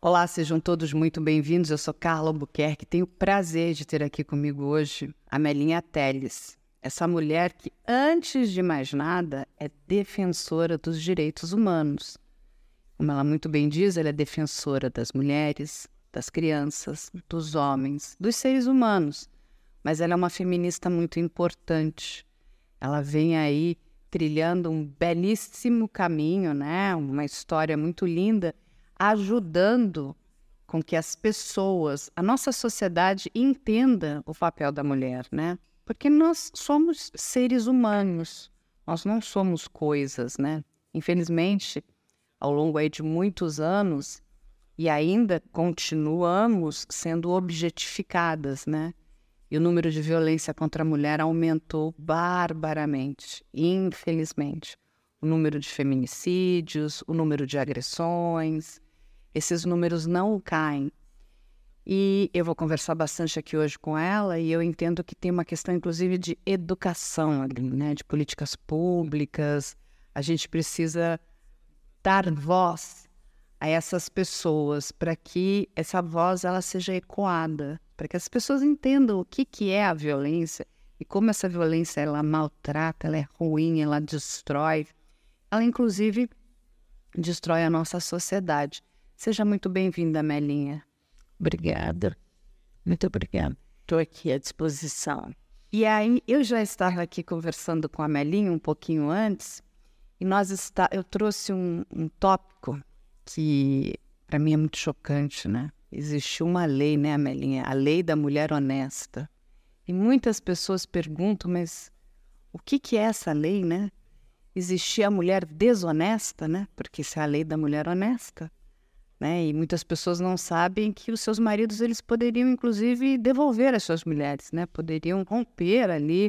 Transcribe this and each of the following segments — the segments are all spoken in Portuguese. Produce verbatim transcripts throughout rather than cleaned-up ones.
Olá, sejam todos muito bem-vindos. Eu sou Carla Albuquerque e tenho o prazer de ter aqui comigo hoje a Melinha Telles. Essa mulher que, antes de mais nada, é defensora dos direitos humanos. Como ela muito bem diz, ela é defensora das mulheres, das crianças, dos homens, dos seres humanos. Mas ela é uma feminista muito importante. Ela vem aí trilhando um belíssimo caminho, né? Uma história muito linda, ajudando com que as pessoas, a nossa sociedade entenda o papel da mulher, né? Porque nós somos seres humanos, nós não somos coisas, né? Infelizmente, ao longo aí de muitos anos, e ainda continuamos sendo objetificadas, né? E o número de violência contra a mulher aumentou barbaramente, infelizmente. O número de feminicídios, o número de agressões, esses números não caem. E eu vou conversar bastante aqui hoje com ela e eu entendo que tem uma questão, inclusive, de educação ali, né? De políticas públicas. A gente precisa dar voz a essas pessoas para que essa voz ela seja ecoada, para que as pessoas entendam o que, que é a violência e como essa violência ela maltrata, ela é ruim, ela destrói. Ela, inclusive, destrói a nossa sociedade. Seja muito bem-vinda, Melinha. Obrigada, muito obrigada. Estou aqui à disposição. E aí, eu já estava aqui conversando com a Melinha um pouquinho antes, e nós está, eu trouxe um, um tópico que, para mim, é muito chocante, né? Existiu uma lei, né, Melinha? A lei da mulher honesta. E muitas pessoas perguntam, mas o que, que é essa lei, né? Existia a mulher desonesta, né? Porque isso é a lei da mulher honesta. Né? E muitas pessoas não sabem que os seus maridos eles poderiam, inclusive, devolver as suas mulheres, né? Poderiam romper ali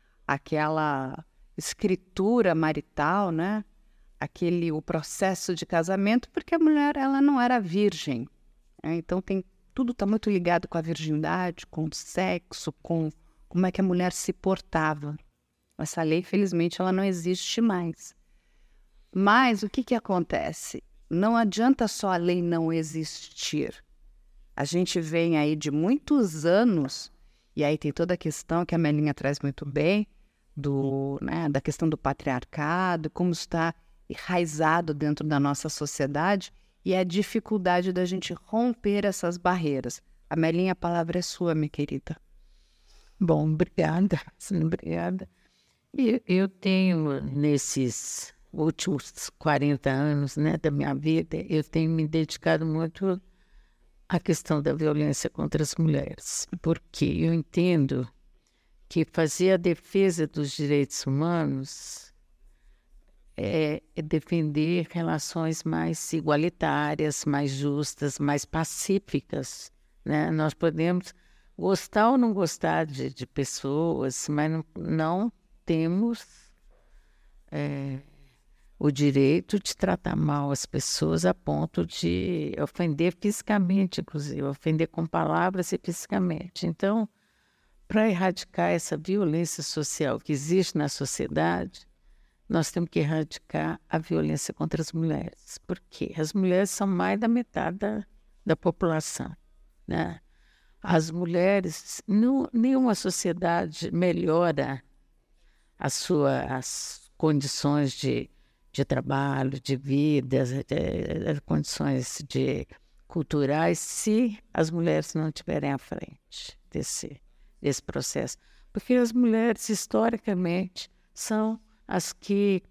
aquela escritura marital, né? Aquele, o processo de casamento, porque a mulher ela não era virgem. Né? Então, tem, tudo está muito ligado com a virgindade, com o sexo, com como é que a mulher se portava. Essa lei, felizmente, ela não existe mais. Mas o que, que acontece? Não adianta só a lei não existir. A gente vem aí de muitos anos, e aí tem toda a questão que a Melinha traz muito bem, do, né, da questão do patriarcado, como está enraizado dentro da nossa sociedade, e a dificuldade da gente romper essas barreiras. A Melinha, a palavra é sua, minha querida. Bom, obrigada, obrigada. E eu tenho, nesses últimos quarenta anos, né, da minha vida, eu tenho me dedicado muito à questão da violência contra as mulheres, porque eu entendo que fazer a defesa dos direitos humanos é, é defender relações mais igualitárias, mais justas, mais pacíficas, né? Nós podemos gostar ou não gostar de, de pessoas, mas não, não temos é, o direito de tratar mal as pessoas a ponto de ofender fisicamente, inclusive, ofender com palavras e fisicamente. Então, para erradicar essa violência social que existe na sociedade, nós temos que erradicar a violência contra as mulheres, porque as mulheres são mais da metade da, da população, né? As mulheres, não, nenhuma sociedade melhora as suas condições de, de trabalho, de vida, de, de, de condições de, culturais, se as mulheres não estiverem à frente desse, desse processo. Porque as mulheres, historicamente, são as que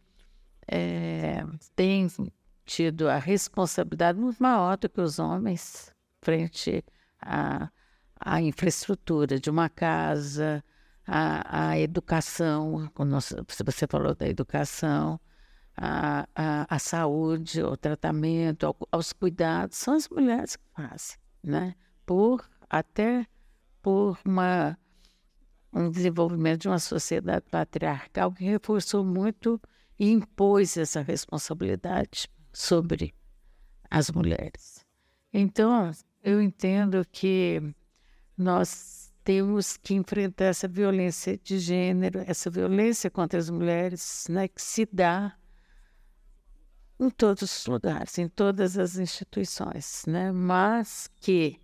é, têm tido a responsabilidade muito maior do que os homens frente a a infraestrutura de uma casa, a, a educação, se você falou da educação, a, a, a saúde, o tratamento, ao, aos cuidados, são as mulheres que fazem, né? Por, até por uma, um desenvolvimento de uma sociedade patriarcal que reforçou muito e impôs essa responsabilidade sobre as mulheres. Então, eu entendo que nós temos que enfrentar essa violência de gênero, essa violência contra as mulheres, né, que se dá em todos os lugares, em todas as instituições, né? Mas que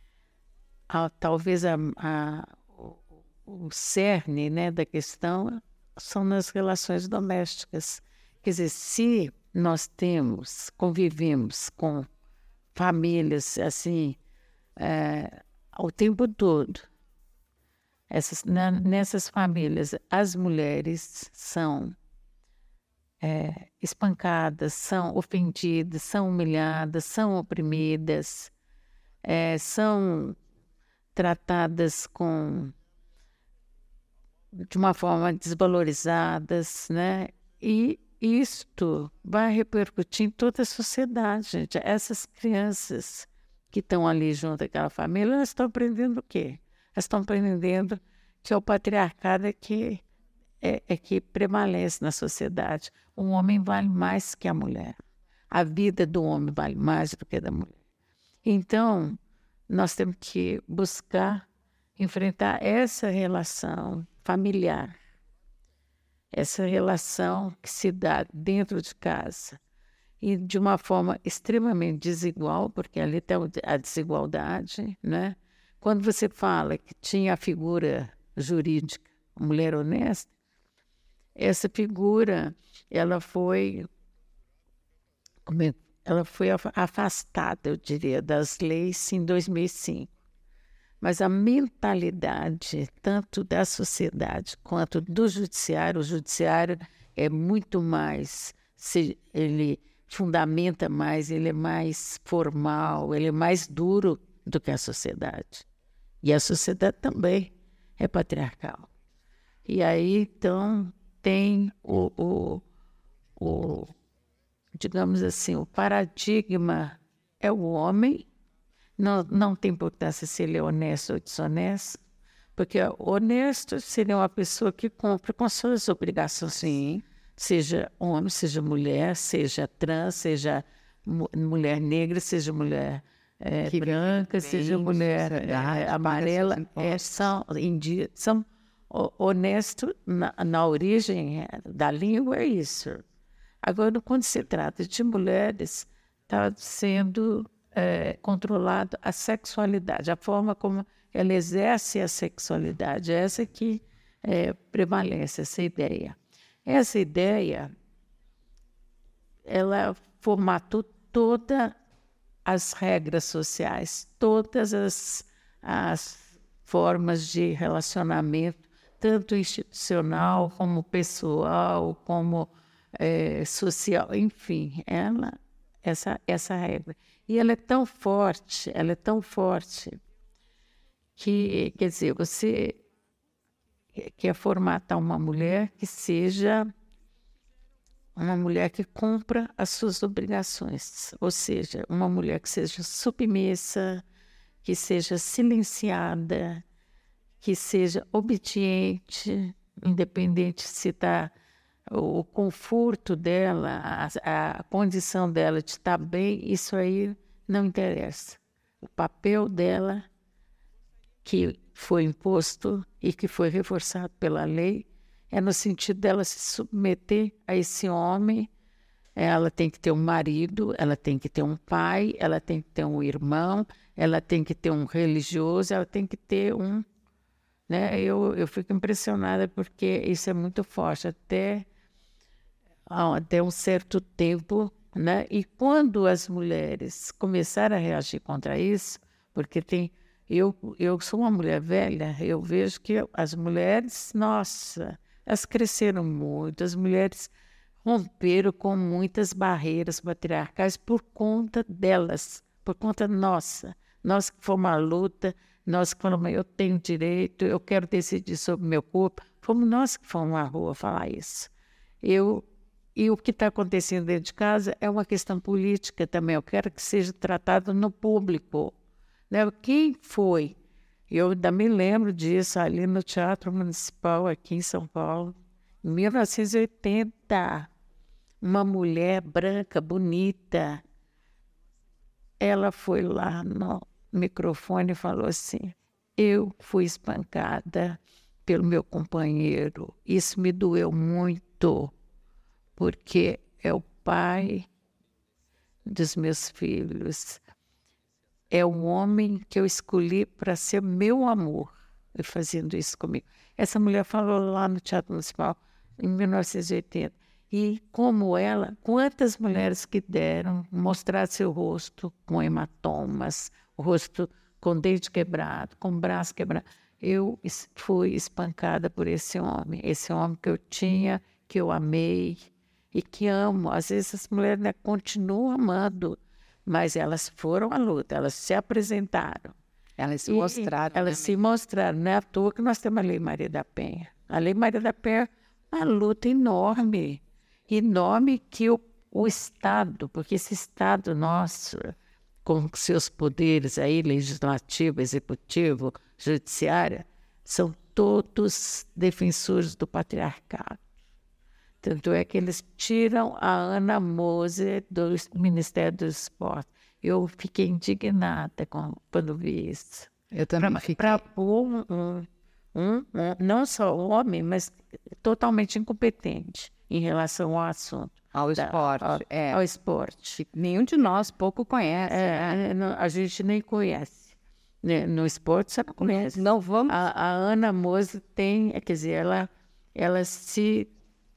a, talvez a, a, o, o cerne, né, da questão são nas relações domésticas. Quer dizer, se nós temos, convivemos com famílias assim, é, o tempo todo, essas, na, nessas famílias, as mulheres são é, espancadas, são ofendidas, são humilhadas, são oprimidas, é, são tratadas com, de uma forma desvalorizadas, né? E isto vai repercutir em toda a sociedade, gente. Essas crianças que estão ali junto àquela família, elas estão aprendendo o quê? Elas estão aprendendo que é o patriarcado é que, é, é que prevalece na sociedade. O homem vale mais que a mulher. A vida do homem vale mais do que a da mulher. Então, nós temos que buscar enfrentar essa relação familiar, essa relação que se dá dentro de casa e de uma forma extremamente desigual, porque ali está a desigualdade, né? Quando você fala que tinha a figura jurídica, a mulher honesta, essa figura ela foi, como é, ela foi afastada, eu diria, das leis em dois mil e cinco. Mas a mentalidade, tanto da sociedade quanto do judiciário, o judiciário é muito mais, se, ele fundamenta mais, ele é mais formal, ele é mais duro do que a sociedade. E a sociedade também é patriarcal. E aí, então, tem o, o, o digamos assim, o paradigma é o homem. Não, não tem importância se ele é honesto ou desonesto, porque honesto seria uma pessoa que cumpre com suas obrigações, sim, seja homem, seja mulher, seja trans, seja mu mulher negra, seja mulher é, branca, seja mulher é, amarela, é, são, indi são honestos na, na origem da língua, é isso. Agora, quando se trata de mulheres, está sendo É, controlado a sexualidade, a forma como ela exerce a sexualidade, essa que é, prevalece, essa ideia. Essa ideia, ela formatou todas as regras sociais, todas as, as formas de relacionamento, tanto institucional como pessoal, como é, social, enfim, ela, essa, essa regra. E ela é tão forte, ela é tão forte, que, quer dizer, você quer formatar uma mulher que seja uma mulher que cumpra as suas obrigações, ou seja, uma mulher que seja submissa, que seja silenciada, que seja obediente, independente se está o conforto dela, a, a condição dela de estar bem, isso aí não interessa. O papel dela, que foi imposto e que foi reforçado pela lei, é no sentido dela se submeter a esse homem. Ela tem que ter um marido, ela tem que ter um pai, ela tem que ter um irmão, ela tem que ter um religioso, ela tem que ter um... Né? Eu, eu fico impressionada porque isso é muito forte, até... até um certo tempo, né? E quando as mulheres começaram a reagir contra isso, porque tem, eu, eu sou uma mulher velha, eu vejo que as mulheres, nossa, elas cresceram muito, as mulheres romperam com muitas barreiras patriarcais por conta delas, por conta nossa. Nós que fomos à luta, nós que falamos, eu tenho direito, eu quero decidir sobre o meu corpo, fomos nós que fomos à rua falar isso. Eu E o que está acontecendo dentro de casa é uma questão política também. Eu quero que seja tratado no público. Né? Quem foi? Eu ainda me lembro disso ali no Teatro Municipal, aqui em São Paulo, em mil novecentos e oitenta. Uma mulher branca, bonita. Ela foi lá no microfone e falou assim: eu fui espancada pelo meu companheiro. Isso me doeu muito, porque é o pai dos meus filhos. É o homem que eu escolhi para ser meu amor, e fazendo isso comigo. Essa mulher falou lá no Teatro Municipal, em mil novecentos e oitenta. E como ela, quantas mulheres que deram mostrar seu rosto com hematomas, o rosto com dente quebrado, com braço quebrado. Eu fui espancada por esse homem, esse homem que eu tinha, que eu amei e que amo. Às vezes as mulheres, né, continuam amando, mas elas foram à luta, elas se apresentaram. Elas se E mostraram. Elas né? se mostraram. Não é à toa que nós temos a Lei Maria da Penha. A Lei Maria da Penha é uma luta enorme, enorme que o, o Estado, porque esse Estado nosso, com seus poderes aí, legislativo, executivo, judiciário, são todos defensores do patriarcado. Tanto é que eles tiram a Ana Moser do Ministério do Esporte. Eu fiquei indignada com, quando vi isso. Eu também fiquei. Para pôr um, um, um, um, não só um homem, mas totalmente incompetente em relação ao assunto. Ao da- esporte, ao, é. ao esporte. Que nenhum de nós pouco conhece. né? É, é, não, a gente nem conhece. Né? No esporte, você não conhece. Não vamos. A, a Ana Moser tem, quer dizer, ela, ela se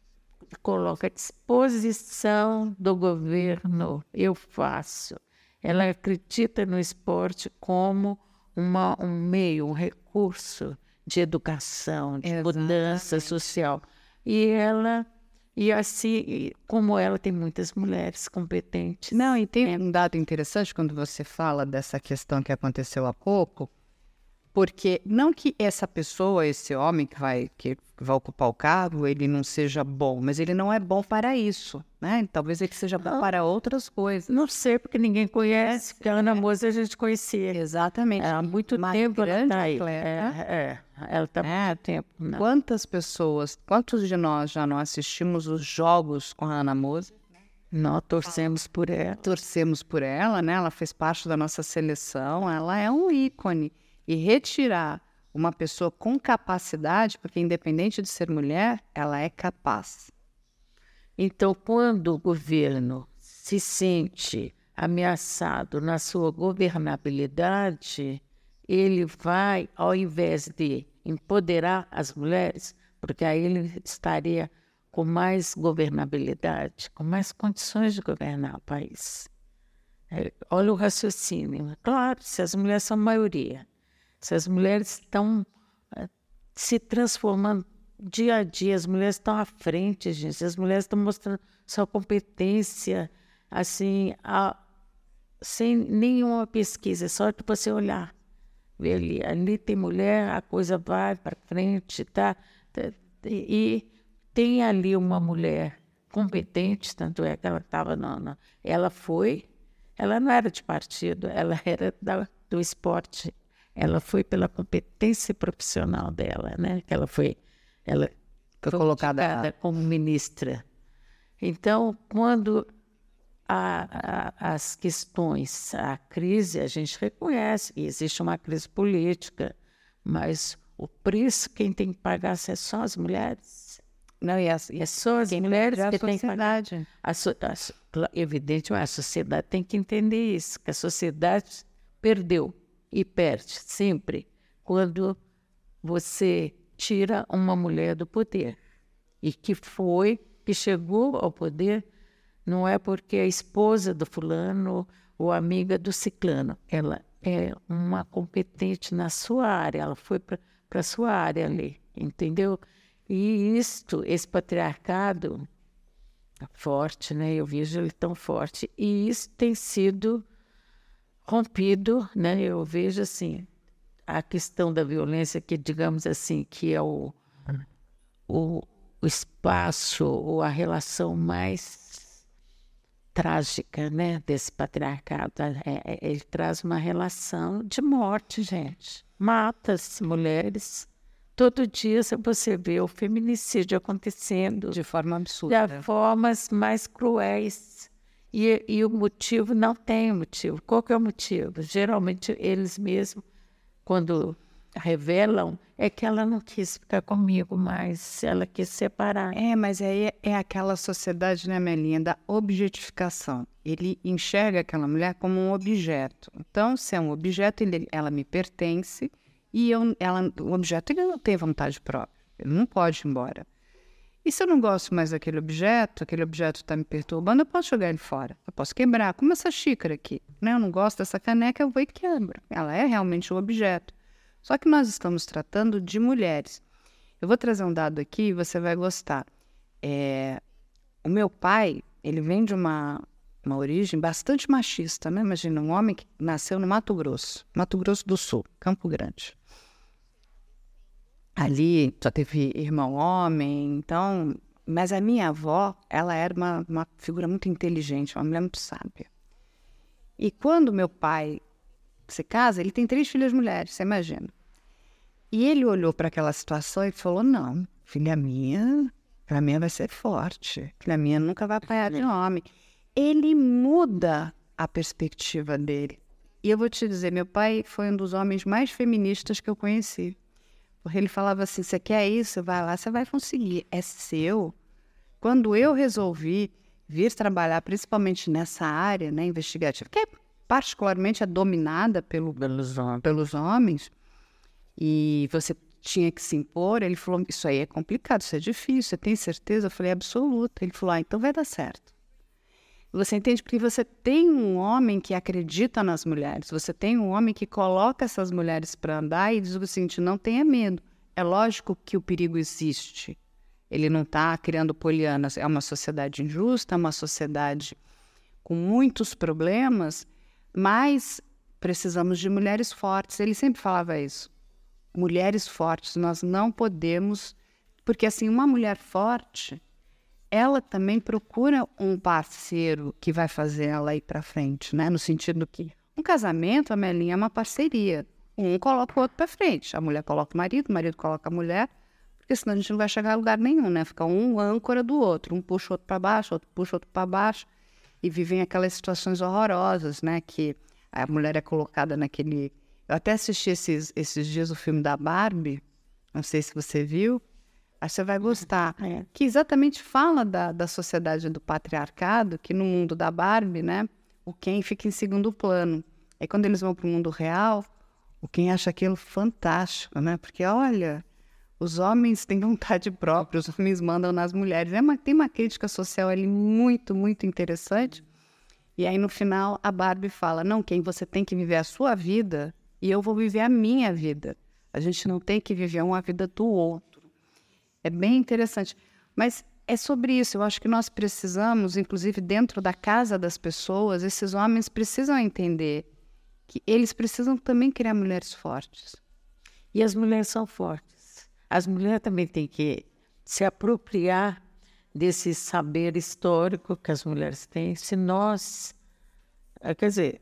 coloca à disposição do governo. Eu faço. Ela acredita no esporte como uma, um meio, um recurso de educação, de Exatamente. mudança social. E ela, e assim, e como ela, tem muitas mulheres competentes. Não, e tem um dado interessante quando você fala dessa questão que aconteceu há pouco, porque não que essa pessoa, esse homem que vai, que vai ocupar o cargo, ele não seja bom, mas ele não é bom para isso, né? Talvez ele seja bom Não. para outras coisas. Não sei, porque ninguém conhece, porque a Ana Moser a gente conhecia. Exatamente. Há muito Uma tempo ela grande está aí. atleta. É, é, ela está há É. muito tempo. Não. Quantas pessoas, quantos de nós já não assistimos os jogos com a Ana Moser? Nós torcemos por ela. Torcemos por ela, né? Ela fez parte da nossa seleção, ela é um ícone. E retirar uma pessoa com capacidade, porque independente de ser mulher, ela é capaz. Então, quando o governo se sente ameaçado na sua governabilidade, ele vai, ao invés de empoderar as mulheres, porque aí ele estaria com mais governabilidade, com mais condições de governar o país. É, olha o raciocínio. Claro, se as mulheres são maioria, se as mulheres estão eh, se transformando dia a dia, as mulheres estão à frente, gente, as mulheres estão mostrando sua competência, assim, a, sem nenhuma pesquisa, é só de você olhar. Ver ali, ali tem mulher, a coisa vai para frente, tá? E tem ali uma mulher competente, tanto é que ela estava na. Ela foi, ela não era de partido, ela era da, do esporte. Ela foi pela competência profissional dela, né? Que ela foi, ela Foi foi colocada- indicada como ministra. Então, quando a, a, as questões, a crise, a gente reconhece que existe uma crise política, mas o preço quem tem que pagar é só as mulheres. Não, e as, e É só as mulheres a que têm que pagar. sociedade. A, so, a, so- cla- evidente, a sociedade tem que entender isso, que a sociedade perdeu e perde sempre quando você tira uma mulher do poder. E que foi, que chegou ao poder, não é porque é esposa do fulano ou amiga do ciclano. Ela é uma competente na sua área, ela foi para a sua área ali, entendeu? E isto, esse patriarcado forte, né? Eu vejo ele tão forte. E isso tem sido rompido, né? Eu vejo assim, a questão da violência, que digamos assim, que é o, o, o espaço ou a relação mais trágica, né, desse patriarcado. É, é, ele traz uma relação de morte, gente. Mata as mulheres. Todo dia você vê o feminicídio acontecendo De forma absurda. de formas mais cruéis. E, e o motivo não tem motivo. Qual que é o motivo? Geralmente eles mesmos, quando revelam é que ela não quis ficar comigo mais, ela quis separar. É, mas aí é, é aquela sociedade, né, Melinha, da objetificação. Ele enxerga aquela mulher como um objeto. Então, se é um objeto, ele, ela me pertence e eu, ela, o objeto ele não tem vontade própria. Ele não pode ir embora. E se eu não gosto mais daquele objeto, aquele objeto está me perturbando, eu posso jogar ele fora. Eu posso quebrar, como essa xícara aqui. Né? Eu não gosto dessa caneca, eu vou e quebro. Ela é realmente um objeto. Só que nós estamos tratando de mulheres. Eu vou trazer um dado aqui e você vai gostar. É, o meu pai, ele vem de uma, uma origem bastante machista, né? Imagina, um homem que nasceu no Mato Grosso, Mato Grosso do Sul, Campo Grande. Ali só teve irmão homem, então... Mas a minha avó, ela era uma, uma figura muito inteligente, uma mulher muito sábia. E quando meu pai se casa, ele tem três filhas mulheres, você imagina. E ele olhou para aquela situação e falou, não, filha minha, filha minha vai ser forte, filha minha nunca vai apanhar de homem. Ele muda a perspectiva dele. E eu vou te dizer, meu pai foi um dos homens mais feministas que eu conheci. Porque ele falava assim, você quer isso? Vai lá, você vai conseguir. É seu. Quando eu resolvi vir trabalhar, principalmente nessa área, né, investigativa, que é, particularmente é dominada pelo, pelos, homens. pelos homens, e você tinha que se impor, ele falou, isso aí é complicado, isso é difícil, você tem certeza? Eu falei, absoluta. Ele falou, ah, então vai dar certo. Você entende? Porque você tem um homem que acredita nas mulheres, você tem um homem que coloca essas mulheres para andar e diz o seguinte, não tenha medo. É lógico que o perigo existe. Ele não está criando polianas. É uma sociedade injusta, é uma sociedade com muitos problemas, mas precisamos de mulheres fortes. Ele sempre falava isso. Mulheres fortes, nós não podemos... Porque, assim, uma mulher forte... ela também procura um parceiro que vai fazer ela ir para frente, né? No sentido que um casamento, a Melinha, é uma parceria. Um coloca o outro para frente. A mulher coloca o marido, o marido coloca a mulher, porque senão a gente não vai chegar a lugar nenhum, né? Fica um âncora do outro. Um puxa o outro para baixo, outro puxa o outro para baixo. E vivem aquelas situações horrorosas, né? Que a mulher é colocada naquele... Eu até assisti esses, esses dias o filme da Barbie, não sei se você viu, acho que você vai gostar, é. que exatamente fala da, da sociedade do patriarcado, que no mundo da Barbie, né, o Ken fica em segundo plano. Aí quando eles vão para o mundo real, o Ken acha aquilo fantástico, né, porque olha, os homens têm vontade própria, os homens mandam nas mulheres. É uma, tem uma crítica social ali muito, muito interessante. E aí no final a Barbie fala, não, Ken, você tem que viver a sua vida e eu vou viver a minha vida. A gente não tem que viver uma vida do outro. É bem interessante. Mas é sobre isso. Eu acho que nós precisamos, inclusive dentro da casa das pessoas, esses homens precisam entender que eles precisam também criar mulheres fortes. E as mulheres são fortes. As mulheres também têm que se apropriar desse saber histórico que as mulheres têm. Se nós, quer dizer,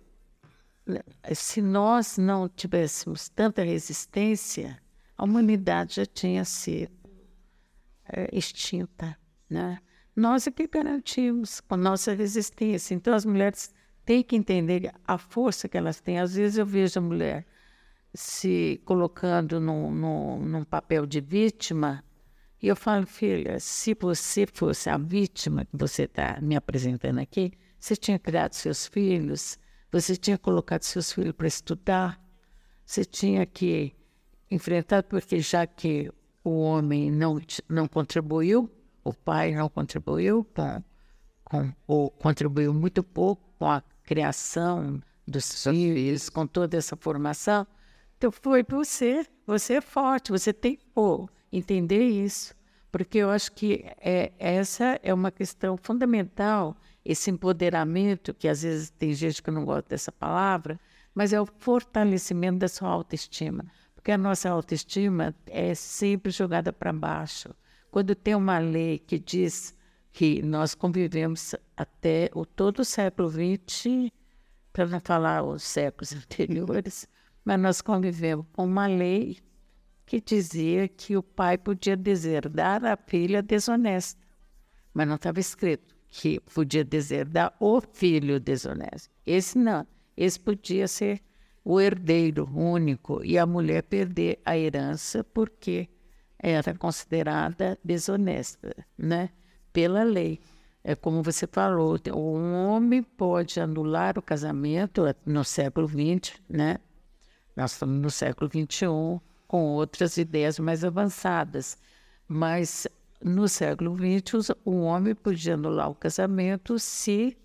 se nós não tivéssemos tanta resistência, a humanidade já tinha sido é, extinta, né? Nós é que garantimos com nossa resistência. Então, as mulheres têm que entender a força que elas têm. Às vezes eu vejo a mulher se colocando num, num, num papel de vítima e eu falo, filha, se você fosse a vítima que você está me apresentando aqui, você tinha criado seus filhos, você tinha colocado seus filhos para estudar, você tinha que enfrentar, porque já que o homem não, não contribuiu, o pai não contribuiu, com, com, ou contribuiu muito pouco com a criação dos filhos, com toda essa formação, então foi você, você é forte, você tem que pô, entender isso, porque eu acho que é, essa é uma questão fundamental, esse empoderamento, que às vezes tem gente que não gosta dessa palavra, mas é o fortalecimento da sua autoestima, porque a nossa autoestima é sempre jogada para baixo. Quando tem uma lei que diz que nós convivemos até o, todo o século vinte, para não falar os séculos anteriores, mas nós convivemos com uma lei que dizia que o pai podia deserdar a filha desonesta, mas não estava escrito que podia deserdar o filho desonesto. Esse não, esse podia ser o herdeiro único e a mulher perder a herança porque era considerada desonesta, né? Pela lei. É como você falou, um homem pode anular o casamento no século vinte, né? Nós estamos no século vinte e um, com outras ideias mais avançadas. Mas no século vinte, o homem podia anular o casamento se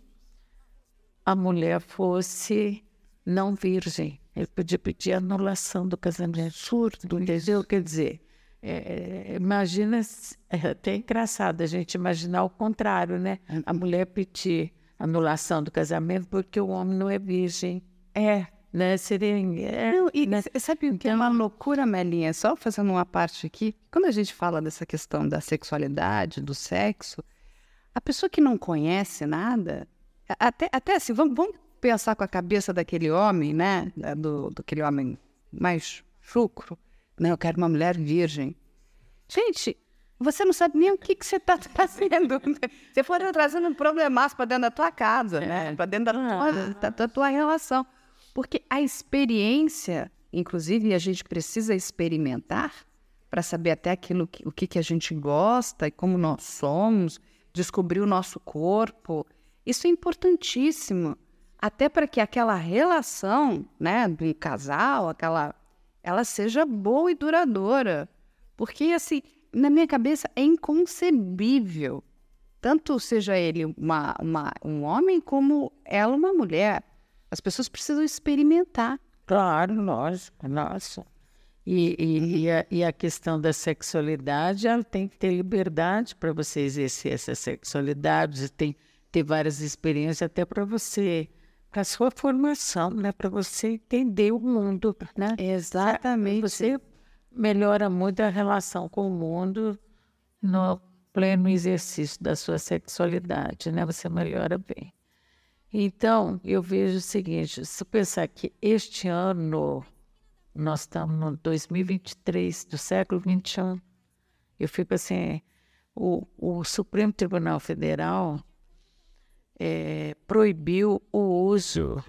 a mulher fosse não virgem. Ele podia pedir anulação do casamento. Absurdo, entendeu? Quer dizer, é, imagina, é até engraçado a gente imaginar o contrário, né? A mulher pedir anulação do casamento porque o homem não é virgem. É. Né? Seria, é, não, e né? Sabe o que é uma loucura, Melinha? Só fazendo uma parte aqui. Quando a gente fala dessa questão da sexualidade, do sexo, a pessoa que não conhece nada, até, até assim, vamos, vamos pensar com a cabeça daquele homem, né? Do, do aquele homem mais chucro, né? Eu quero uma mulher virgem. Gente, você não sabe nem o que, que você está trazendo. Você for trazendo um problemaço para dentro da tua casa, né? Para dentro da tua, da, da tua relação. Porque a experiência, inclusive, a gente precisa experimentar para saber até aquilo que, o que, que a gente gosta e como nós somos, descobrir o nosso corpo. Isso é importantíssimo, até para que aquela relação, né, do casal, aquela, ela seja boa e duradoura. Porque, assim, na minha cabeça é inconcebível, tanto seja ele uma, uma, um homem como ela uma mulher. As pessoas precisam experimentar. Claro, lógico, nossa. E, e, e, a, e a questão da sexualidade, ela tem que ter liberdade para você exercer essa sexualidade, tem ter várias experiências até para você, para a sua formação, né? Para você entender o mundo, né? Exatamente. Você melhora muito a relação com o mundo no pleno exercício da sua sexualidade, né? Você melhora bem. Então, eu vejo o seguinte, se pensar que este ano, nós estamos no dois mil e vinte e três, do século vinte e um, eu fico assim, o, o Supremo Tribunal Federal é, proibiu o uso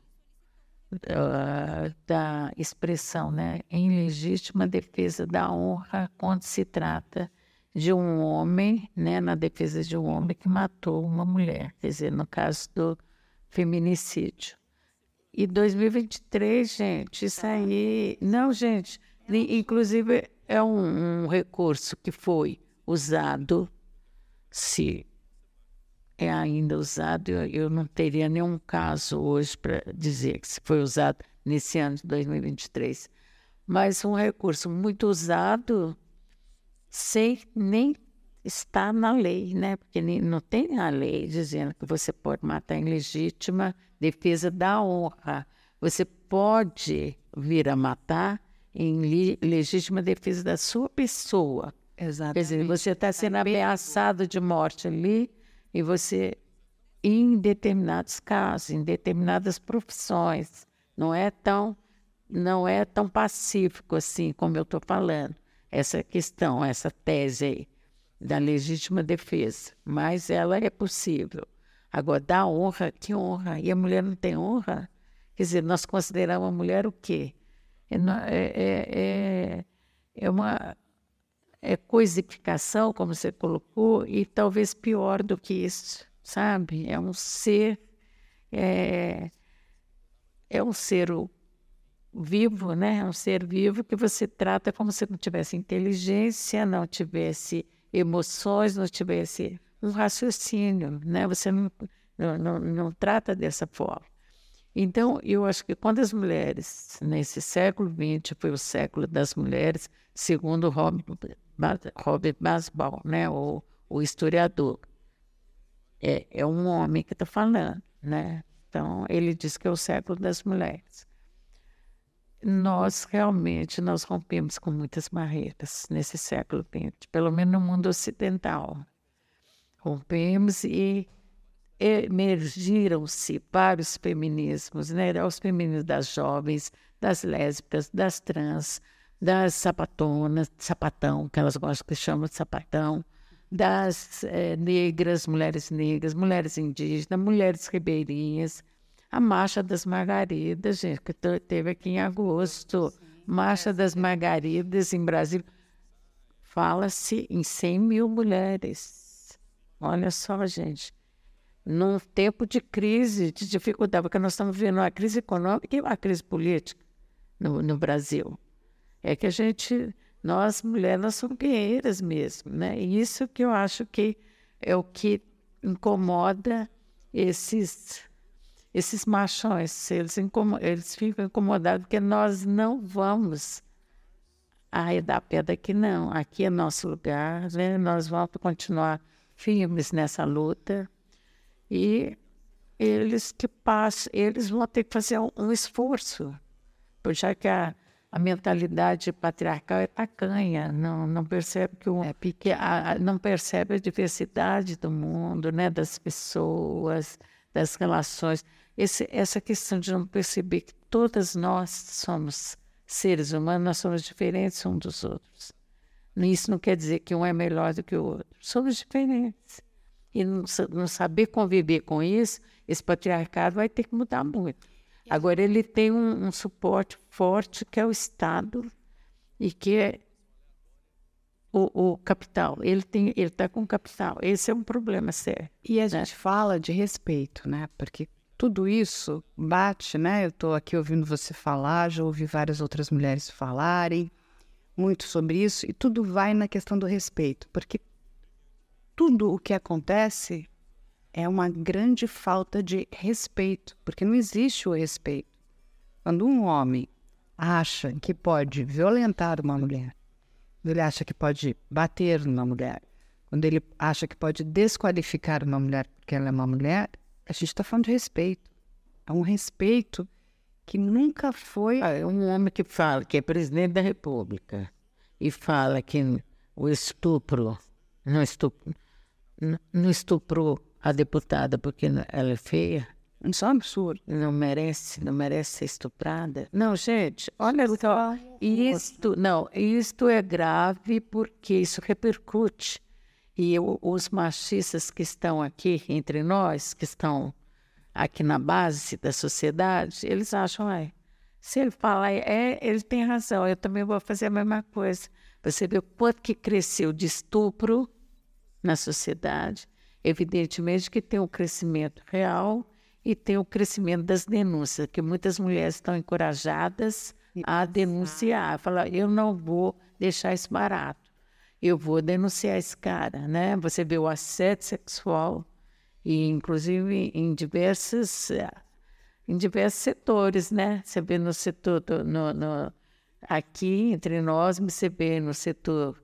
uh, da expressão, né, em legítima defesa da honra quando se trata de um homem, né, na defesa de um homem que matou uma mulher, quer dizer, no caso do feminicídio. E dois mil e vinte e três, gente, isso aí... Não, gente, inclusive é um, um recurso que foi usado, se é ainda usado, eu, eu não teria nenhum caso hoje para dizer que se foi usado nesse ano de dois mil e vinte e três, mas um recurso muito usado sem nem está na lei, né? Porque não tem a lei dizendo que você pode matar em legítima defesa da honra. Você pode vir a matar em li- legítima defesa da sua pessoa. Exatamente. Quer dizer, você está sendo ameaçado de morte ali e você, em determinados casos, em determinadas profissões, não é tão, não é tão pacífico assim como eu estou falando. Essa questão, essa tese aí da legítima defesa, mas ela é possível. Agora, da honra, que honra? E a mulher não tem honra? Quer dizer, nós consideramos a mulher o quê? É, é, é, é uma é coisificação, como você colocou, e talvez pior do que isso, sabe? É um ser, é, é um ser vivo, né? É um ser vivo que você trata como se não tivesse inteligência, não tivesse emoções, não tivesse um raciocínio, né? Você não, não, não, não trata dessa forma. Então, eu acho que quando as mulheres, nesse século vinte, foi o século das mulheres, segundo Robert, Robert Masbal, né? o, o historiador, é, é um homem que está falando, né? Então, ele diz que é o século das mulheres. Nós realmente nós rompemos com muitas barreiras nesse século vinte, pelo menos no mundo ocidental. Rompemos e emergiram-se vários feminismos, né? Os feminismos das jovens, das lésbicas, das trans, das sapatonas, sapatão, que elas gostam que chamam de sapatão, das eh, negras, mulheres negras, mulheres indígenas, mulheres ribeirinhas, A Marcha das Margaridas, gente, que teve aqui em agosto. Marcha das Margaridas em Brasília. Fala-se em cem mil mulheres. Olha só, gente. Num tempo de crise, de dificuldade, porque nós estamos vivendo uma crise econômica e uma crise política no, no Brasil. É que a gente, nós mulheres, nós somos guerreiras mesmo, né? E isso que eu acho que é o que incomoda esses... Esses machões, eles, eles ficam incomodados porque nós não vamos arredar a pedra aqui, não. Aqui é nosso lugar, né? Nós vamos continuar firmes nessa luta. E eles que passam, eles vão ter que fazer um, um esforço, já que a, a mentalidade patriarcal é tacanha, não, não percebe que o, É que a, a, não percebe a diversidade do mundo, né? Das pessoas, das relações. Esse, essa questão de não perceber que todas nós somos seres humanos, nós somos diferentes uns dos outros. Isso não quer dizer que um é melhor do que o outro. Somos diferentes. E não, não saber conviver com isso, esse patriarcado vai ter que mudar muito. Agora, ele tem um, um suporte forte, que é o Estado, e que é o, o capital. Ele tem, ele está com o capital. Esse é um problema sério. E a né? gente fala de respeito, né? Porque tudo isso bate, né? Eu estou aqui ouvindo você falar, já ouvi várias outras mulheres falarem muito sobre isso, e tudo vai na questão do respeito, porque tudo o que acontece é uma grande falta de respeito, porque não existe o respeito. Quando um homem acha que pode violentar uma mulher, quando ele acha que pode bater numa mulher, quando ele acha que pode desqualificar uma mulher porque ela é uma mulher, a gente está falando de respeito. É um respeito que nunca foi... Ah, é um homem que fala que é presidente da República e fala que o estupro não, estupro, não estuprou a deputada porque ela é feia. Isso é um absurdo. Não merece, não merece ser estuprada. Não, gente, olha só. Isto, não, isto é grave porque isso repercute. E eu, os machistas que estão aqui entre nós, que estão aqui na base da sociedade, eles acham, ai, se ele falar, é, ele tem razão, eu também vou fazer a mesma coisa. Você vê o quanto que cresceu de estupro na sociedade. Evidentemente que tem um crescimento real e tem o crescimento das denúncias, que muitas mulheres estão encorajadas a denunciar, falar, eu não vou deixar isso barato. Eu vou denunciar esse cara, né? Você vê o assédio sexual, e inclusive em diversos, em diversos setores, né? Você vê no setor, do, no, no, aqui entre nós, você vê no setor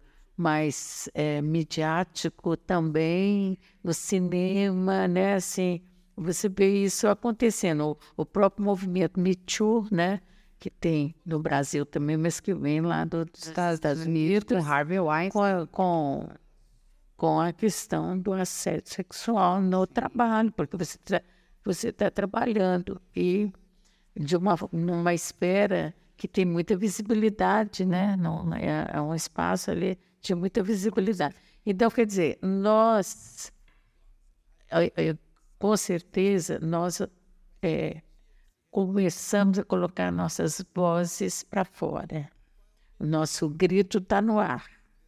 mais é, midiático também, no cinema, né? Assim, você vê isso acontecendo. O, o próprio movimento Me Too, né? Que tem no Brasil também, mas que vem lá do, dos Estados Unidos, com Harvey Weinstein. Com, com, com a questão do assédio sexual no trabalho, porque você tra você está trabalhando e de uma numa esfera que tem muita visibilidade, né? Não, é, é um espaço ali de muita visibilidade. Então, quer dizer, nós, eu, eu, com certeza, nós é, começamos a colocar nossas vozes para fora. O nosso grito está no ar.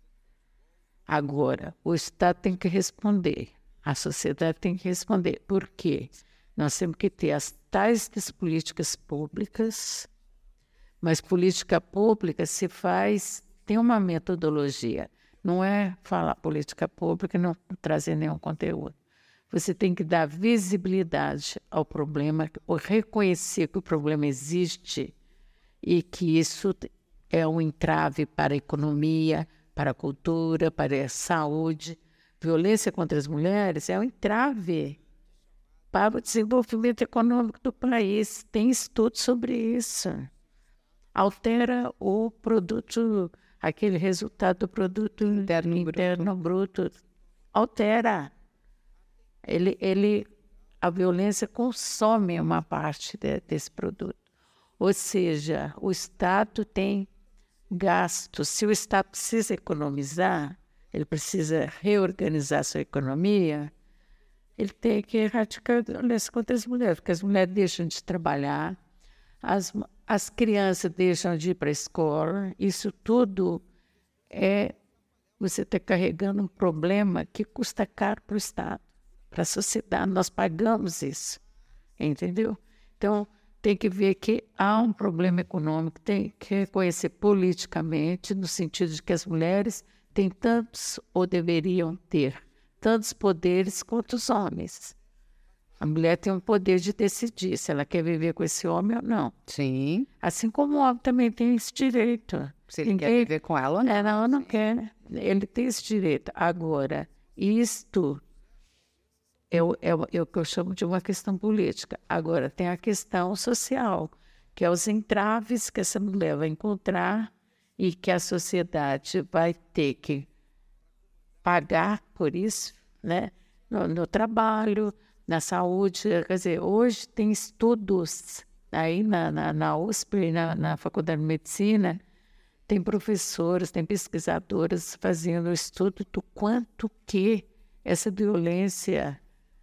Agora, o Estado tem que responder, a sociedade tem que responder. Por quê? Nós temos que ter as tais das políticas públicas, mas política pública se faz, tem uma metodologia. Não é falar política pública e não trazer nenhum conteúdo. Você tem que dar visibilidade ao problema, ou reconhecer que o problema existe e que isso é um entrave para a economia, para a cultura, para a saúde. Violência contra as mulheres é um entrave para o desenvolvimento econômico do país. Tem estudo sobre isso. Altera o produto, aquele resultado do produto interno, interno bruto. bruto. Altera. Ele, ele, a violência consome uma parte de, desse produto. Ou seja, o Estado tem gastos. Se o Estado precisa economizar, ele precisa reorganizar sua economia, ele tem que erradicar a violência contra as mulheres, porque as mulheres deixam de trabalhar, as, as crianças deixam de ir para a escola, isso tudo é você está carregando um problema que custa caro para o Estado, para a sociedade, nós pagamos isso, entendeu? Então, tem que ver que há um problema econômico, tem que reconhecer politicamente, no sentido de que as mulheres têm tantos, ou deveriam ter, tantos poderes quanto os homens. A mulher tem o poder de decidir se ela quer viver com esse homem ou não. Sim. Assim como o homem também tem esse direito. Se ele Ninguém... quer viver com ela ou não. Ela não quer. Ele tem esse direito. Agora, isto é o, é, o, é o que eu chamo de uma questão política. Agora, tem a questão social, que é os entraves que essa mulher vai encontrar e que a sociedade vai ter que pagar por isso, né? No, no trabalho, na saúde. Quer dizer, hoje tem estudos aí na, na, na U S P, na, na Faculdade de Medicina, tem professores, tem pesquisadoras fazendo estudo do quanto que essa violência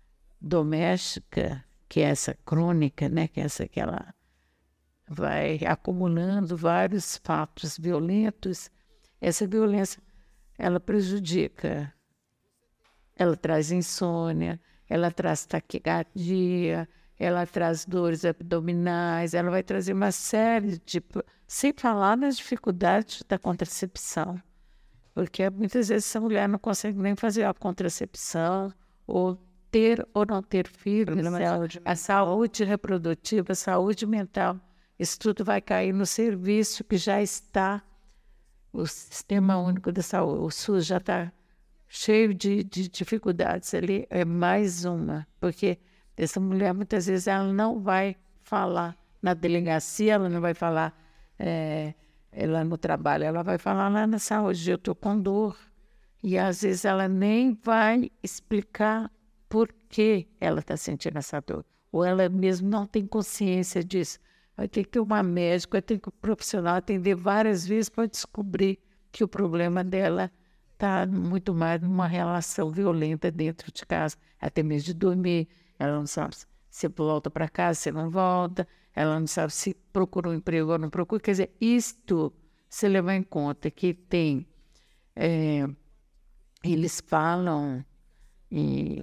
doméstica, que é essa crônica, né, que é essa que ela vai acumulando vários fatos violentos, essa violência, ela prejudica, ela traz insônia, ela traz taquicardia, ela traz dores abdominais, ela vai trazer uma série de... Sem falar nas dificuldades da contracepção, porque muitas vezes essa mulher não consegue nem fazer a contracepção, ou ter ou não ter filhos, saúde a saúde reprodutiva, a saúde mental, isso tudo vai cair no serviço que já está, o Sistema Único da Saúde, o SUS já está cheio de, de dificuldades ali, é mais uma, porque essa mulher muitas vezes ela não vai falar na delegacia, ela não vai falar é, ela no trabalho, ela vai falar lá na saúde, eu estou com dor, e às vezes ela nem vai explicar por que ela está sentindo essa dor, ou ela mesmo não tem consciência disso. Vai ter que ter uma médica, vai ter que um profissional atender várias vezes para descobrir que o problema dela está muito mais numa relação violenta dentro de casa, até mesmo de dormir. Ela não sabe se volta para casa, se não volta, ela não sabe se procura um emprego ou não procura. Quer dizer, isto, se levar em conta que tem, é, eles falam, e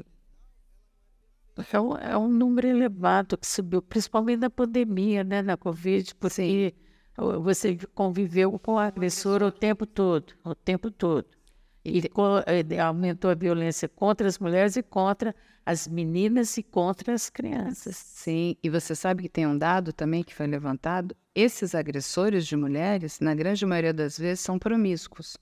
é um, é um número elevado que subiu, principalmente na pandemia, né, na Covid, porque Sim. você conviveu com o agressor o tempo todo, o tempo todo. E aumentou a violência contra as mulheres e contra as meninas e contra as crianças. Sim, e você sabe que tem um dado também que foi levantado? Esses agressores de mulheres, na grande maioria das vezes, são promíscuos.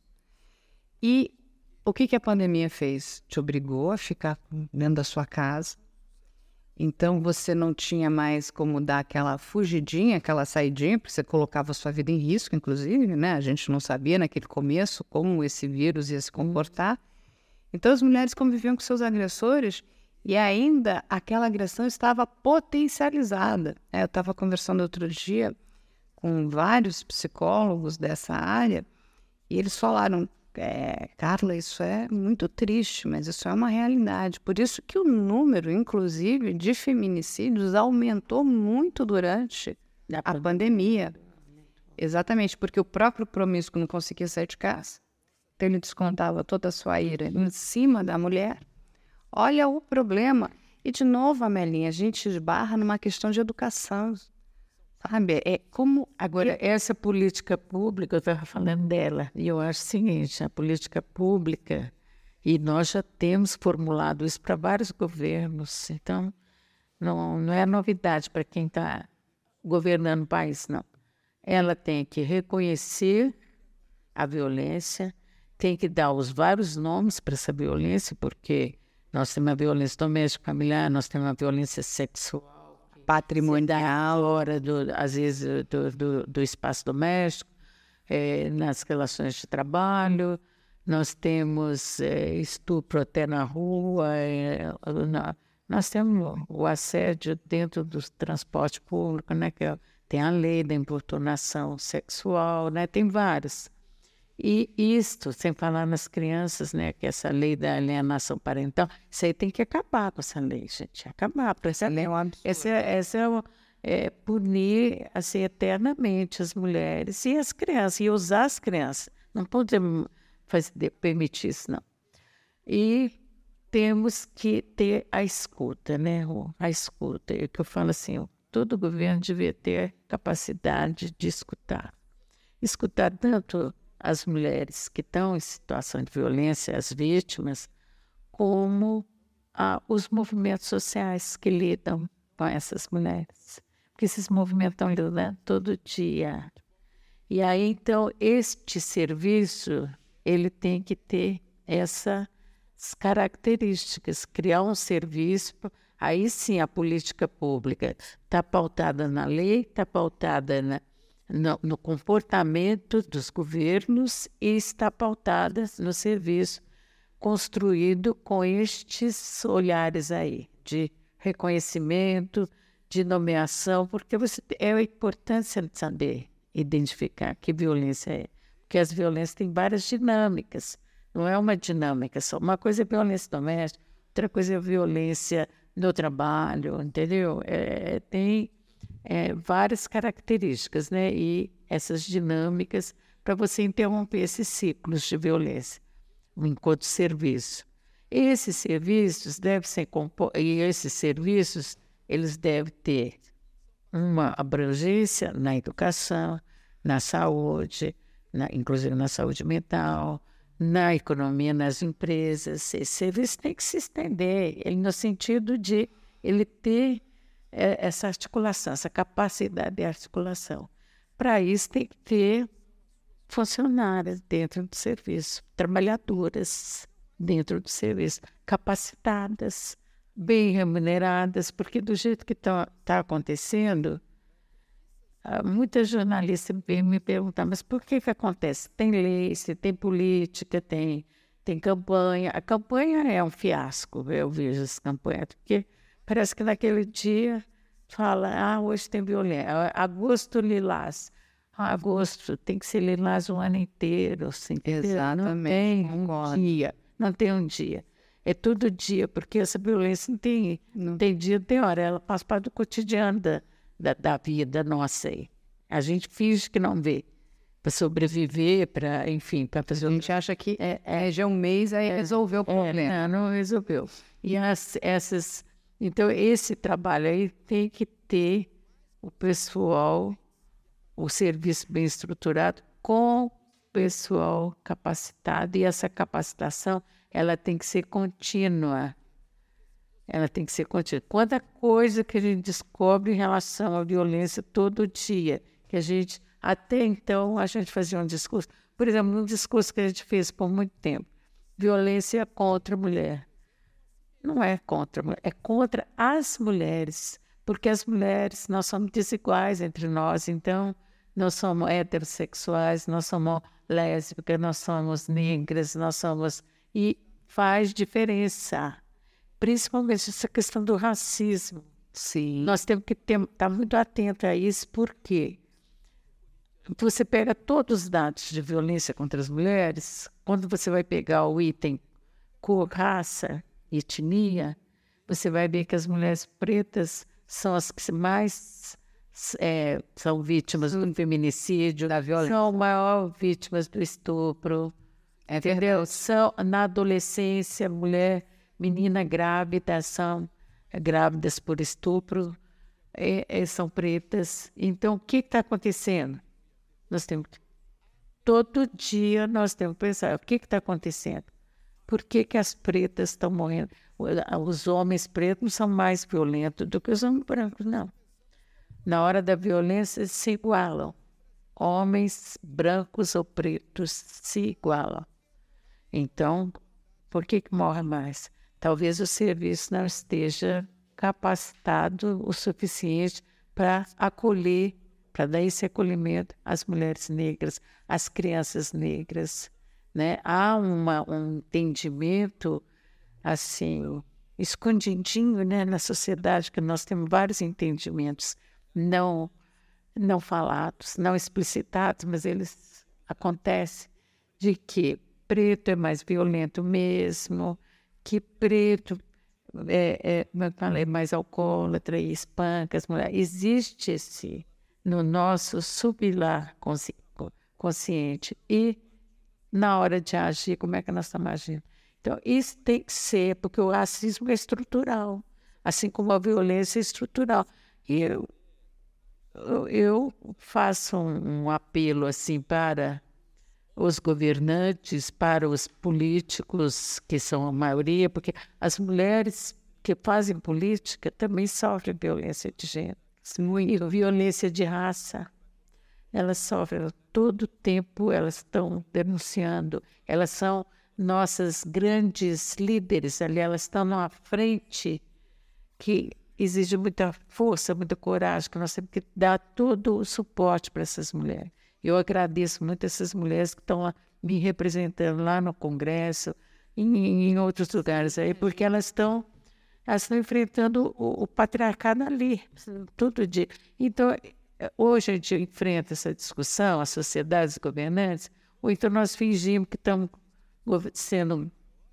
E o que, que a pandemia fez? Te obrigou a ficar dentro da sua casa. Então, você não tinha mais como dar aquela fugidinha, aquela saidinha, porque você colocava a sua vida em risco, inclusive, né? A gente não sabia naquele começo como esse vírus ia se comportar. Então, as mulheres conviviam com seus agressores e ainda aquela agressão estava potencializada. É, eu estava conversando outro dia com vários psicólogos dessa área e eles falaram... É, Carla, isso é muito triste, mas isso é uma realidade. Por isso que o número, inclusive, de feminicídios aumentou muito durante a pandemia. Exatamente, porque o próprio promíscuo não conseguia sair de casa. Então ele descontava toda a sua ira em cima da mulher. Olha o problema. E, de novo, Amelinha, a gente esbarra numa questão de educação. Sabe, é como... Agora, essa política pública, eu estava falando dela, e eu acho o seguinte, a política pública, e nós já temos formulado isso para vários governos, então não, não é novidade para quem está governando o país, não. Ela tem que reconhecer a violência, tem que dar os vários nomes para essa violência, porque nós temos a violência doméstica familiar, nós temos a violência sexual, patrimonial, fora do, às vezes do, do, do espaço doméstico, é, nas relações de trabalho, nós temos é, estupro até na rua, é, na, nós temos o assédio dentro do transporte público, né, que é, tem a lei da importunação sexual, né, tem várias. E isto, sem falar nas crianças, né, que essa lei da alienação parental, isso aí tem que acabar com essa lei, gente, acabar. Essa lei é um absurdo. Essa, essa é, o- é punir assim, eternamente as mulheres e as crianças, e usar as crianças. Não podemos fazer, permitir isso, não. E temos que ter a escuta, né? o- A escuta. É que eu falo assim, ó, todo governo devia ter capacidade de escutar. Escutar tanto as mulheres que estão em situação de violência, as vítimas, como ah, os movimentos sociais que lidam com essas mulheres. Porque esses movimentos estão lidando todo dia. E aí, então, este serviço, ele tem que ter essas características, criar um serviço, aí sim a política pública está pautada na lei, está pautada na, no, no comportamento dos governos e está pautada no serviço construído com estes olhares aí, de reconhecimento, de nomeação, porque você é a importância de saber identificar que violência é. Porque as violências têm várias dinâmicas, não é uma dinâmica só. Uma coisa é violência doméstica, outra coisa é violência no trabalho, entendeu? É, tem é, várias características, né? E essas dinâmicas para você interromper esses ciclos de violência enquanto serviço. Esses serviços devem ser compo- e esses serviços eles devem ter uma abrangência na educação, na saúde, na, inclusive na saúde mental, na economia, nas empresas. Esse serviço tem que se estender, ele, no sentido de ele ter é, essa articulação, essa capacidade de articulação. Para isso tem que ter funcionárias dentro do serviço, trabalhadoras dentro do serviço, capacitadas, bem remuneradas, porque do jeito que está tá acontecendo, ah, muitas jornalistas vêm me perguntar, mas por que que acontece? Tem lei, se tem política, tem, tem campanha. A campanha é um fiasco, eu vejo as campanhas, porque parece que naquele dia fala, ah, hoje tem violência, agosto lilás. Ah, agosto tem que ser lilás o ano inteiro, assim, entendeu? Não Exatamente, tem um concordo. dia, não tem um dia. É todo dia, porque essa violência não tem, Não. tem dia, tem hora, ela faz parte do cotidiano da, da, da vida nossa aí. A gente finge que não vê, para sobreviver, para, enfim, para fazer A o gente acha que é, é, reger um mês aí resolveu o é, problema. não, não resolveu. E as, essas, então, esse trabalho aí tem que ter o pessoal, o serviço bem estruturado, com pessoal capacitado, e essa capacitação ela tem que ser contínua. Ela tem que ser contínua. Quanta coisa que a gente descobre em relação à violência todo dia, que a gente, até então, a gente fazia um discurso, por exemplo, um discurso que a gente fez por muito tempo, violência contra a mulher. Não é contra a mulher, é contra as mulheres, porque as mulheres, nós somos desiguais entre nós, então, nós somos heterossexuais, nós somos lésbicas, nós somos negras, nós somos... E faz diferença, principalmente essa questão do racismo. Sim. Nós temos que ter, estar muito atentos a isso, porque você pega todos os dados de violência contra as mulheres, quando você vai pegar o item cor, raça, etnia, você vai ver que as mulheres pretas são as que mais é, são vítimas do feminicídio, Da violência. são maiores vítimas do estupro, É entendeu? verdade. São, na adolescência, mulher, menina grávida, são grávidas por estupro, é, é, são pretas. Então, o que está acontecendo? Nós temos que, todo dia nós temos que pensar, o que está acontecendo? Por que que as pretas estão morrendo? Os homens pretos não são mais violentos do que os homens brancos, não. Na hora da violência, eles se igualam. Homens brancos ou pretos se igualam. Então, por que que morre mais? Talvez o serviço não esteja capacitado o suficiente para acolher, para dar esse acolhimento às mulheres negras, às crianças negras, né? Há uma, um entendimento, assim, escondidinho, né, na sociedade, que nós temos vários entendimentos não, não falados, não explicitados, mas eles acontecem, de que preto é mais violento mesmo, que preto é, é, como eu falei, é mais alcoólatra e espanca as mulheres. Existe esse no nosso sublar consci, consciente. E na hora de agir, como é que nós estamos agindo? Então, isso tem que ser, porque o racismo é estrutural, assim como a violência é estrutural. E eu, eu, eu faço um, um apelo assim para os governantes, para os políticos, que são a maioria, porque as mulheres que fazem política também sofrem violência de gênero e violência de raça. Elas sofrem todo o tempo, elas estão denunciando, elas são nossas grandes líderes ali, elas estão numa frente que exige muita força, muita coragem, que nós temos que dar todo o suporte para essas mulheres. Eu agradeço muito essas mulheres que estão lá, me representando lá no Congresso, em, em outros lugares aí, porque elas estão elas estão enfrentando o, o patriarcado ali, todo dia. Então, hoje a gente enfrenta essa discussão, as sociedades governantes, ou então nós fingimos que estamos sendo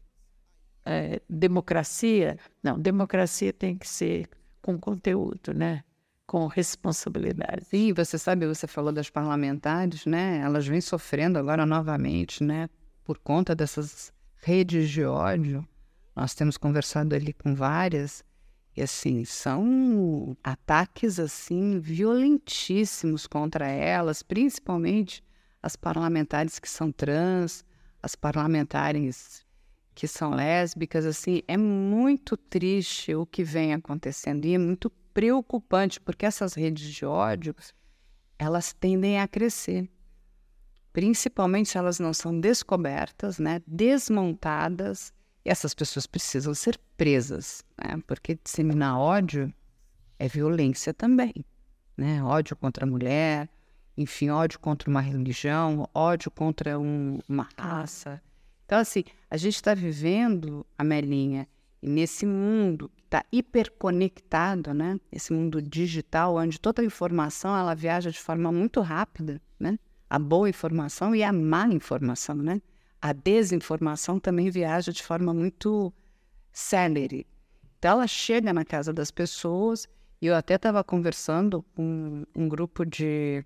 é, democracia. Não, democracia tem que ser com conteúdo, né? Com responsabilidade. Sim, você sabe, você falou das parlamentares, né? Elas vêm sofrendo agora novamente, né? Por conta dessas redes de ódio. Nós temos conversado ali com várias, e assim, são ataques assim violentíssimos contra elas, principalmente as parlamentares que são trans, as parlamentares que são lésbicas, assim, é muito triste o que vem acontecendo e é muito preocupante, porque essas redes de ódio, elas tendem a crescer, principalmente se elas não são descobertas, né, desmontadas, e essas pessoas precisam ser presas, né, porque disseminar ódio é violência também, né, ódio contra a mulher, enfim, ódio contra uma religião, ódio contra um, uma raça. Então, assim, a gente está vivendo, Amelinha, nesse mundo que está hiperconectado, né? Esse mundo digital, onde toda a informação ela viaja de forma muito rápida, né? A boa informação e a má informação, né? A desinformação também viaja de forma muito célere. Então, ela chega na casa das pessoas, e eu até estava conversando com um grupo de...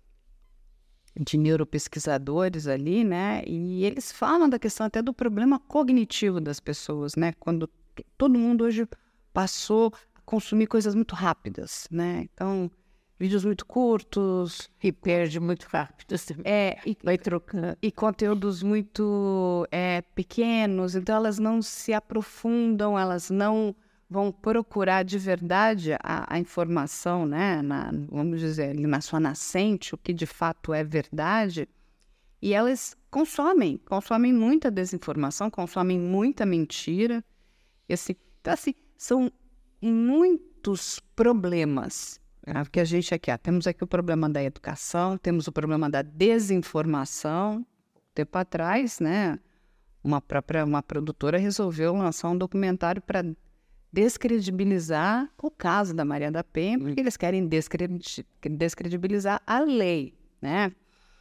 de neuropesquisadores ali, né? E eles falam da questão até do problema cognitivo das pessoas, né? Quando t- todo mundo hoje passou a consumir coisas muito rápidas, né? Então, vídeos muito curtos. E perde muito rápido. Assim. É, e, vai trocando. E conteúdos muito é, pequenos, então elas não se aprofundam, elas não vão procurar de verdade a, a informação, né, na, vamos dizer, ali na sua nascente, o que de fato é verdade, e elas consomem, consomem muita desinformação, consomem muita mentira, e assim, então assim, são muitos problemas, né, que a gente aqui, ah, temos aqui o problema da educação, temos o problema da desinformação. Tempo atrás, né, uma própria, uma produtora resolveu lançar um documentário para descredibilizar o caso da Maria da Penha, porque eles querem descredi- descredibilizar a lei, né?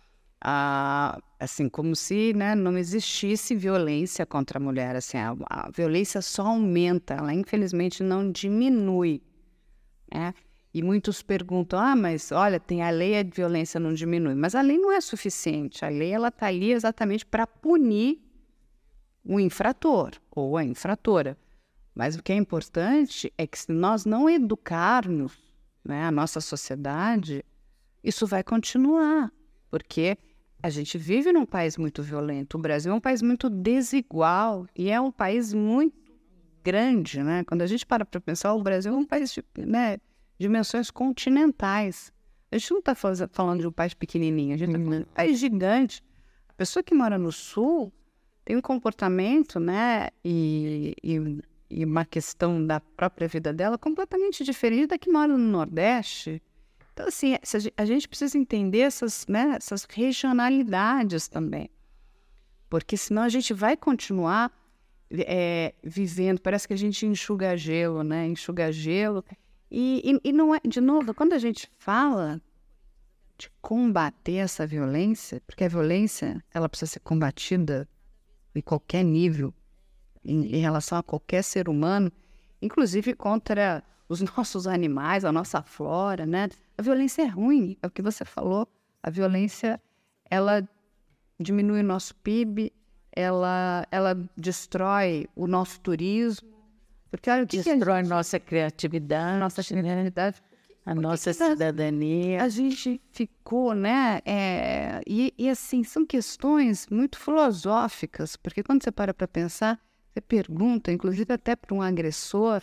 Ah, assim, como se, né, não existisse violência contra a mulher. Assim, a, a violência só aumenta, ela infelizmente não diminui, né? E muitos perguntam, ah, mas olha, tem a lei, a violência não diminui. Mas a lei não é suficiente, a lei ela está ali exatamente para punir o infrator ou a infratora. Mas o que é importante é que se nós não educarmos, né, a nossa sociedade, isso vai continuar, porque a gente vive num país muito violento. O Brasil é um país muito desigual e é um país muito grande, né? Quando a gente para para pensar, o Brasil é um país de, né, dimensões continentais. A gente não está falando de um país pequenininho, a gente está falando de um país gigante. A pessoa que mora no Sul tem um comportamento, né, e... e e uma questão da própria vida dela completamente diferente da que mora no Nordeste. Então, assim, a gente precisa entender essas, né, essas regionalidades também. Porque senão a gente vai continuar é, vivendo, parece que a gente enxuga gelo, né? Enxuga gelo. E, e, e não é, de novo, quando a gente fala de combater essa violência, porque a violência ela precisa ser combatida em qualquer nível, em, em relação a qualquer ser humano, inclusive contra os nossos animais, a nossa flora, né? A violência é ruim, é o que você falou. A violência, ela diminui o nosso P I B, ela, ela destrói o nosso turismo, porque olha o que destrói que a nossa criatividade, nossa criatividade, a nossa cidadania. A gente ficou, né? É, e, e assim, são questões muito filosóficas, porque quando você para para pensar, você pergunta, inclusive até para um agressor,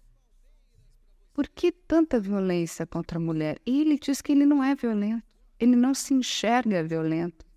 por que tanta violência contra a mulher? E ele diz que ele não é violento, ele não se enxerga violento.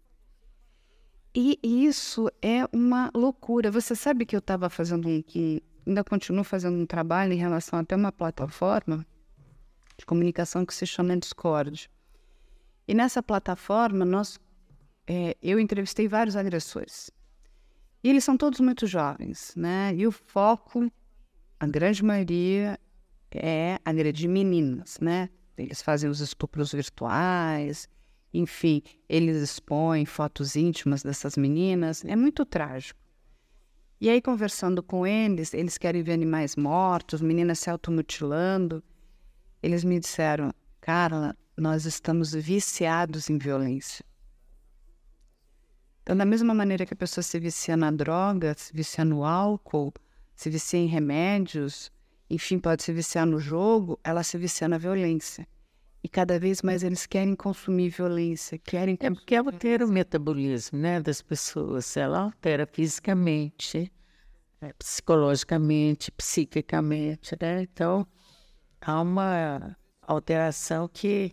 E isso é uma loucura. Você sabe que eu estava fazendo um, que ainda continuo fazendo um trabalho em relação até uma plataforma de comunicação que se chama Discord. E nessa plataforma, nós, é, eu entrevistei vários agressores. E eles são todos muito jovens, né? E o foco, a grande maioria, é agredir meninas, né? Eles fazem os estupros virtuais, enfim, eles expõem fotos íntimas dessas meninas. É muito trágico. E aí, conversando com eles, eles querem ver animais mortos, meninas se automutilando. Eles me disseram, Carla, nós estamos viciados em violência. Então, da mesma maneira que a pessoa se vicia na droga, se vicia no álcool, se vicia em remédios, enfim, pode se viciar no jogo, ela se vicia na violência. E cada vez mais eles querem consumir violência, querem É porque altera o metabolismo, né, das pessoas. Ela altera fisicamente, psicologicamente, psiquicamente, né? Então, há uma alteração que...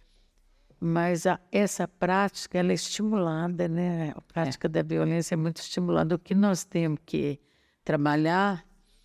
Mas a, essa prática, ela é estimulada, né? A prática é. da violência é muito estimulada. O que nós temos que trabalhar,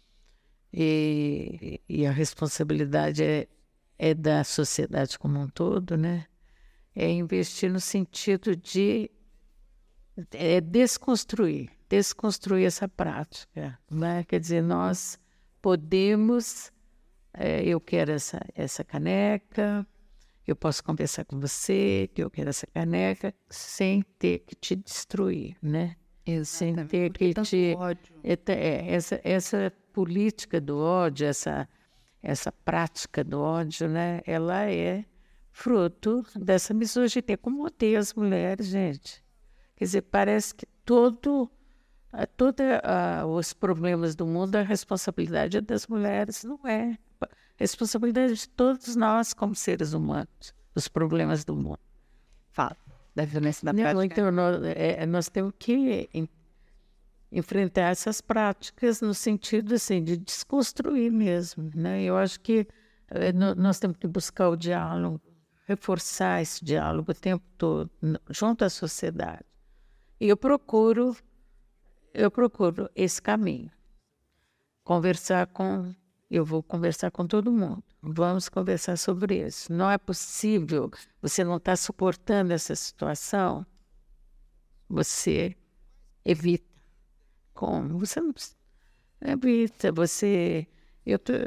e, e a responsabilidade é, é da sociedade como um todo, né? É investir no sentido de é desconstruir, desconstruir essa prática, né? Quer dizer, nós podemos... É, eu quero essa, essa caneca... Eu posso conversar com você, que eu quero essa caneca, sem ter que te destruir, né? Exatamente. Sem ter que te... Ódio. É, essa, essa política do ódio, essa, essa prática do ódio, né? Ela é fruto dessa misoginia. Como odeia as mulheres, gente. Quer dizer, parece que todo, todos uh, os problemas do mundo, a responsabilidade é das mulheres. Não é. Responsabilidade de todos nós como seres humanos, os problemas do mundo. Fala da violência da Não, prática. Então, nós, é, nós temos que em, enfrentar essas práticas no sentido assim, de desconstruir mesmo. Né? Eu acho que é, no, nós temos que buscar o diálogo, reforçar esse diálogo o tempo todo, junto à sociedade. E eu procuro, eu procuro esse caminho. Conversar com... Eu vou conversar com todo mundo. Vamos conversar sobre isso. Não é possível, você não está suportando essa situação, você evita. Como? Você não evita, você... Eu tô,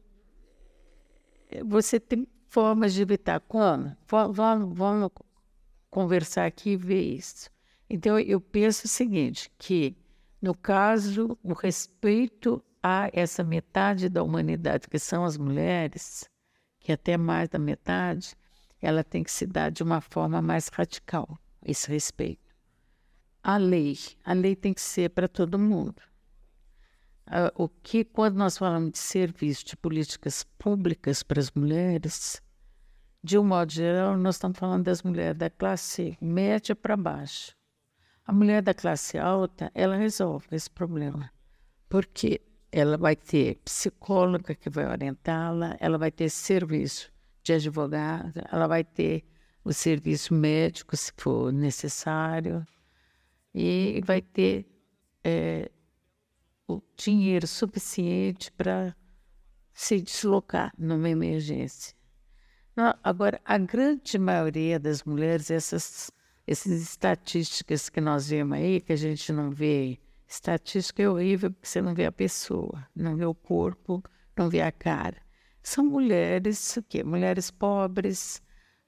você tem formas de evitar. Como? Vamos, vamos conversar aqui e ver isso. Então, eu penso o seguinte, que, no caso, o respeito a essa metade da humanidade, que são as mulheres, que até mais da metade, ela tem que se dar de uma forma mais radical, esse respeito. A lei, a lei tem que ser para todo mundo. O que, quando nós falamos de serviço, de políticas públicas para as mulheres, de um modo geral, nós estamos falando das mulheres da classe média para baixo. A mulher da classe alta, ela resolve esse problema, porque ela vai ter psicóloga que vai orientá-la, ela vai ter serviço de advogado, ela vai ter o serviço médico, se for necessário, e vai ter é, o dinheiro suficiente para se deslocar numa emergência. Não, agora, a grande maioria das mulheres, essas, essas estatísticas que nós vemos aí, que a gente não vê... Estatística é horrível porque você não vê a pessoa, não vê o corpo, não vê a cara. São mulheres, o quê? Mulheres pobres,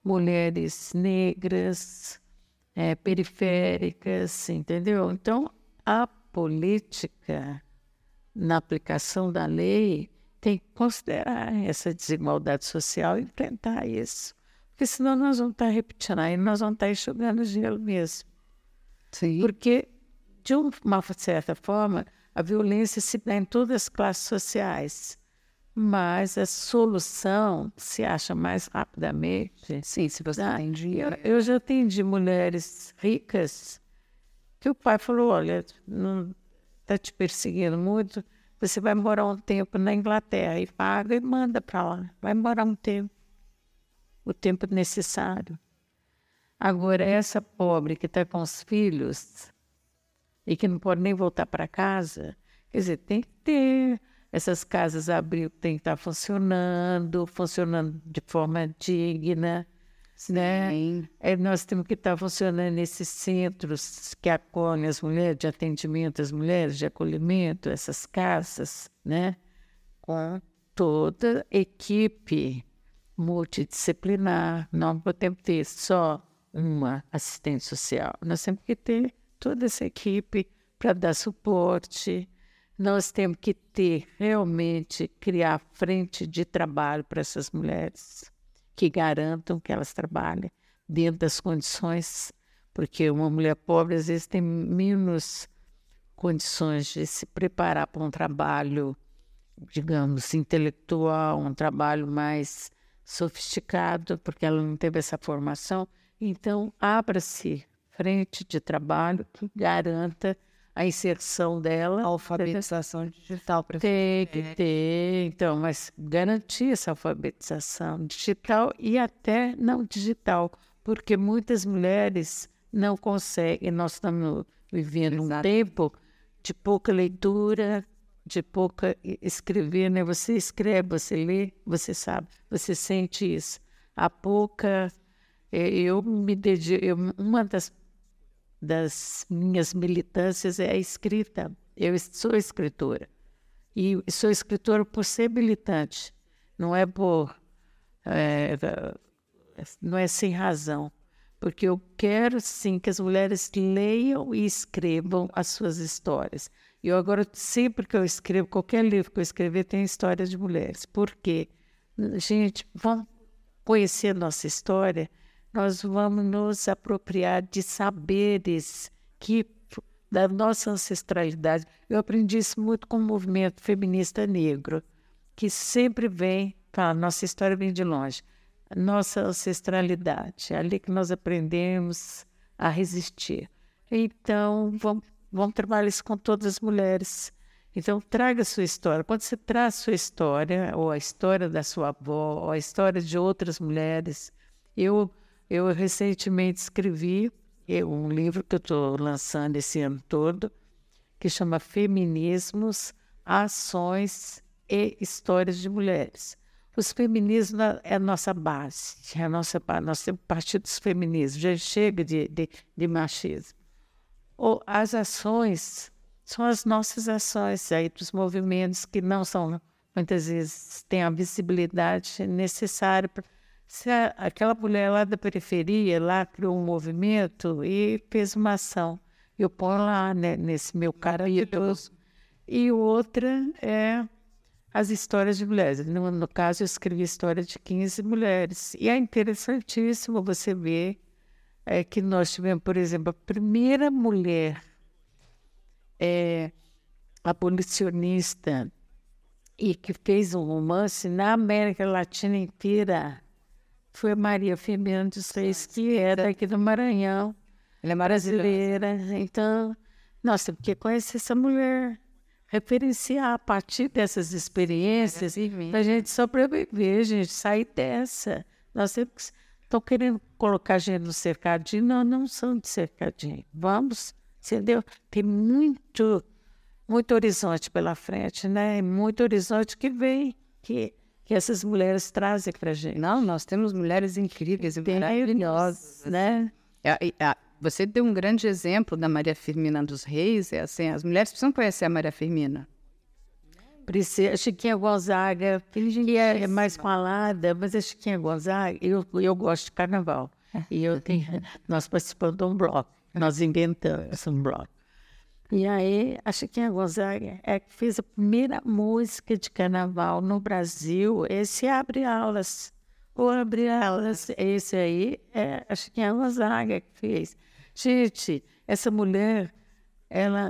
mulheres negras, é, periféricas, entendeu? Então, a política, na aplicação da lei, tem que considerar essa desigualdade social e enfrentar isso. Porque senão nós vamos estar repetindo, aí nós vamos estar enxugando gelo mesmo. Sim. Porque, de uma certa forma, a violência se dá em todas as classes sociais, mas a solução se acha mais rapidamente. Sim, se você Ah, tem dinheiro. Eu, eu já atendi mulheres ricas que o pai falou, olha, não está te perseguindo muito, você vai morar um tempo na Inglaterra e paga e manda para lá. Vai morar um tempo, o tempo necessário. Agora, essa pobre que está com os filhos e que não pode nem voltar para casa, quer dizer, tem que ter essas casas abrigo, tem que estar funcionando, funcionando de forma digna, né? É, nós temos que estar funcionando nesses centros que acolhem as mulheres, de atendimento às mulheres, de acolhimento, essas casas, né? Com toda equipe multidisciplinar. Não podemos ter só uma assistente social. Nós temos que ter toda essa equipe para dar suporte. Nós temos que ter, realmente, criar frente de trabalho para essas mulheres, que garantam que elas trabalhem dentro das condições, porque uma mulher pobre, às vezes, tem menos condições de se preparar para um trabalho, digamos, intelectual, um trabalho mais sofisticado, porque ela não teve essa formação. Então, abra-se frente de trabalho que garanta a inserção dela. A alfabetização digital para Tem que ter, então, mas garantir essa alfabetização digital e até não digital, porque muitas mulheres não conseguem. Nós estamos vivendo um tempo de pouca leitura, de pouca escrever, né? Você escreve, você lê, você sabe, você sente isso. Há pouca. Eu me dedico. Eu, uma das das minhas militâncias é a escrita. Eu sou escritora. E sou escritora por ser militante. Não é por... É, não é sem razão. Porque eu quero, sim, que as mulheres leiam e escrevam as suas histórias. E eu agora, sempre que eu escrevo, qualquer livro que eu escrever, tem histórias de mulheres. Por quê? Gente, vamos conhecer a nossa história, nós vamos nos apropriar de saberes que, da nossa ancestralidade. Eu aprendi isso muito com o movimento feminista negro, que sempre vem, fala, nossa história vem de longe, nossa ancestralidade, é ali que nós aprendemos a resistir. Então, vamos, vamos trabalhar isso com todas as mulheres. Então, traga a sua história. Quando você traz a sua história, ou a história da sua avó, ou a história de outras mulheres, eu... Eu recentemente escrevi um livro que eu estou lançando esse ano todo, que chama Feminismos, Ações e Histórias de Mulheres. Os feminismos é a nossa base, é a nossa base. Nós temos partido dos feminismos, já chega de, de, de machismo. Ou as ações são as nossas ações aí dos movimentos que não são, muitas vezes, têm a visibilidade necessária para... Se a, aquela mulher lá da periferia lá criou um movimento e fez uma ação, eu ponho lá, né, nesse meu capítulo. E outra é as histórias de mulheres. No, no caso, eu escrevi a história de quinze mulheres. E é interessantíssimo você ver é, que nós tivemos, por exemplo, a primeira mulher é, abolicionista e que fez um romance na América Latina inteira. Foi a Maria Firmina dos Reis, que é daqui do Maranhão. Ela é brasileira. Então, nós temos que conhecer essa mulher, referenciar a partir dessas experiências, para a gente sobreviver, a gente sair dessa. Nós temos, estão querendo colocar a gente no cercadinho, não, não são de cercadinho. Vamos, entendeu? Tem muito, muito horizonte pela frente, né? Muito horizonte que vem, que... que essas mulheres trazem para a gente. Não, nós temos mulheres incríveis e maravilhosas, né? É, é, você deu um grande exemplo da Maria Firmina dos Reis. É assim, as mulheres precisam conhecer a Maria Firmina. Priscila, Chiquinha Gonzaga, que é mais falada, mas a Chiquinha Gonzaga, eu, eu gosto de carnaval. E eu tenho, nós participamos de um bloco, nós inventamos um bloco. E aí, a Chiquinha Gonzaga é que fez a primeira música de carnaval no Brasil, esse Abre Alas. O Abre Alas, esse aí é a Chiquinha Gonzaga que fez. Gente, essa mulher, ela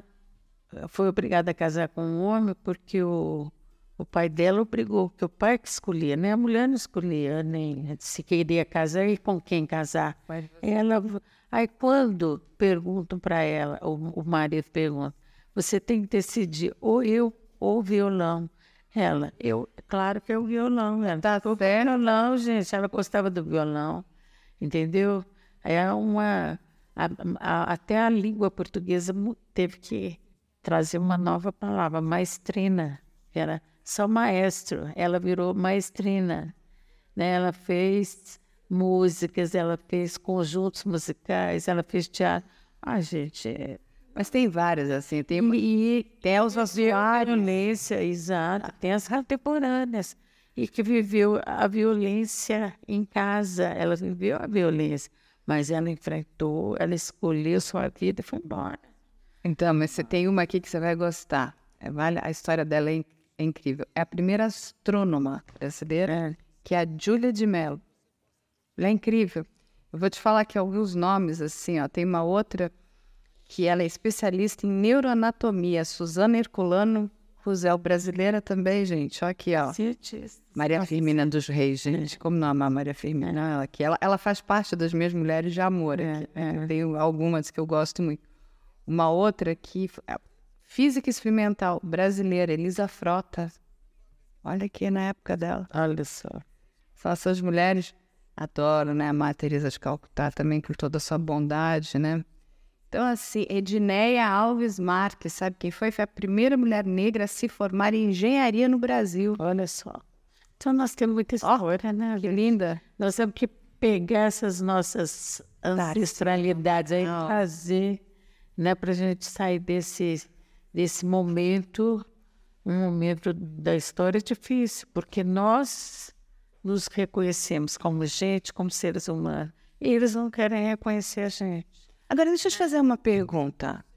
foi obrigada a casar com um homem porque o, o pai dela obrigou, porque o pai que escolhia, né? A mulher não escolhia nem se queria casar e com quem casar. Ela, aí quando perguntam para ela, o, o marido pergunta, você tem que decidir ou eu ou o violão. Ela, eu, claro que é o violão. Ela, Tá o certo. violão, gente, ela gostava do violão, entendeu? É uma... A, a, até a língua portuguesa teve que trazer uma nova palavra, maestrina. Era só maestro, ela virou maestrina. Né? Ela fez músicas, ela fez conjuntos musicais, ela fez teatro. Ah, gente... É... Mas tem várias, assim. Tem, e, e tem os a violência, exato. Tem as contemporâneas. E que viveu a violência em casa. Ela viveu a violência. Mas ela enfrentou, ela escolheu sua vida e foi embora. Então, mas você tem uma aqui que você vai gostar. É, vale, a história dela é, é incrível. É a primeira astrônoma brasileira, É. que é a Júlia de Mello. Ela é incrível. Eu vou te falar aqui alguns nomes, assim, ó. Tem uma outra que ela é especialista em neuroanatomia, Suzana Herculano Ruzel, brasileira também, gente. Olha aqui, ó. Cientista. Maria Firmina dos Reis, gente. Como não amar Maria Firmina? Ela, aqui. Ela, ela faz parte das minhas mulheres de amor. Aqui, né? Tenho algumas que eu gosto muito. Uma outra que... Física experimental brasileira, Elisa Frota. Olha aqui na época dela. Olha só. São essas mulheres... Adoro, né? A Madre Teresa de Calcutá também, com toda a sua bondade, né? Então, assim, Edneia Alves Marques, sabe quem foi? Foi a primeira mulher negra a se formar em engenharia no Brasil. Olha só. Então, nós temos muita história, oh, né? Que linda. Nós temos que pegar essas nossas ancestralidades aí, Não. fazer, né? Para a gente sair desse, desse momento, um momento da história difícil, porque nós nos reconhecemos como gente, como seres humanos, e eles não querem reconhecer a gente. Agora, deixa eu te fazer uma pergunta.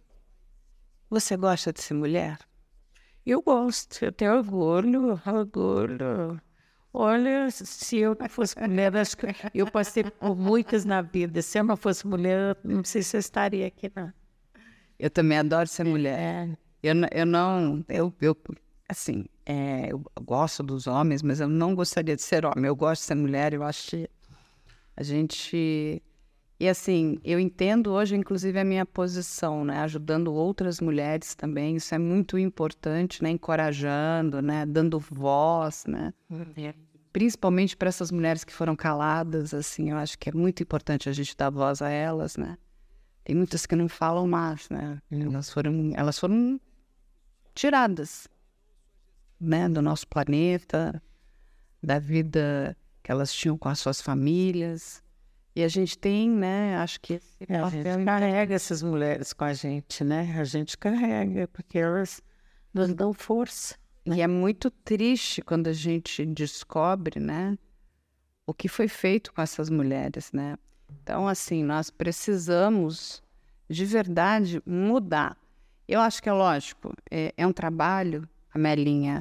Você gosta de ser mulher? Eu gosto, eu tenho orgulho, orgulho. Olha, se eu não fosse mulher, acho que eu passei por muitas na vida. Se eu não fosse mulher, não sei se eu estaria aqui, não. Eu também adoro ser mulher. É. Eu, n- eu não... Eu, eu, assim, é, eu gosto dos homens, mas eu não gostaria de ser homem. Eu gosto de ser mulher, eu acho que a gente... E assim, eu entendo hoje, inclusive, a minha posição, né? Ajudando outras mulheres também, isso é muito importante, né? Encorajando, né? Dando voz, né? É. Principalmente para essas mulheres que foram caladas, assim, eu acho que é muito importante a gente dar voz a elas, né? Tem muitas que não falam mais, né? Elas foram, elas foram tiradas, né? Do nosso planeta, da vida que elas tinham com as suas famílias. E a gente tem, né, acho que esse É, a gente carrega essas mulheres com a gente, né? A gente carrega, porque elas nos dão força. E é muito triste quando a gente descobre, né, o que foi feito com essas mulheres, né? Então, assim, nós precisamos, de verdade, mudar. Eu acho que é lógico, é, é um trabalho, Amelinha,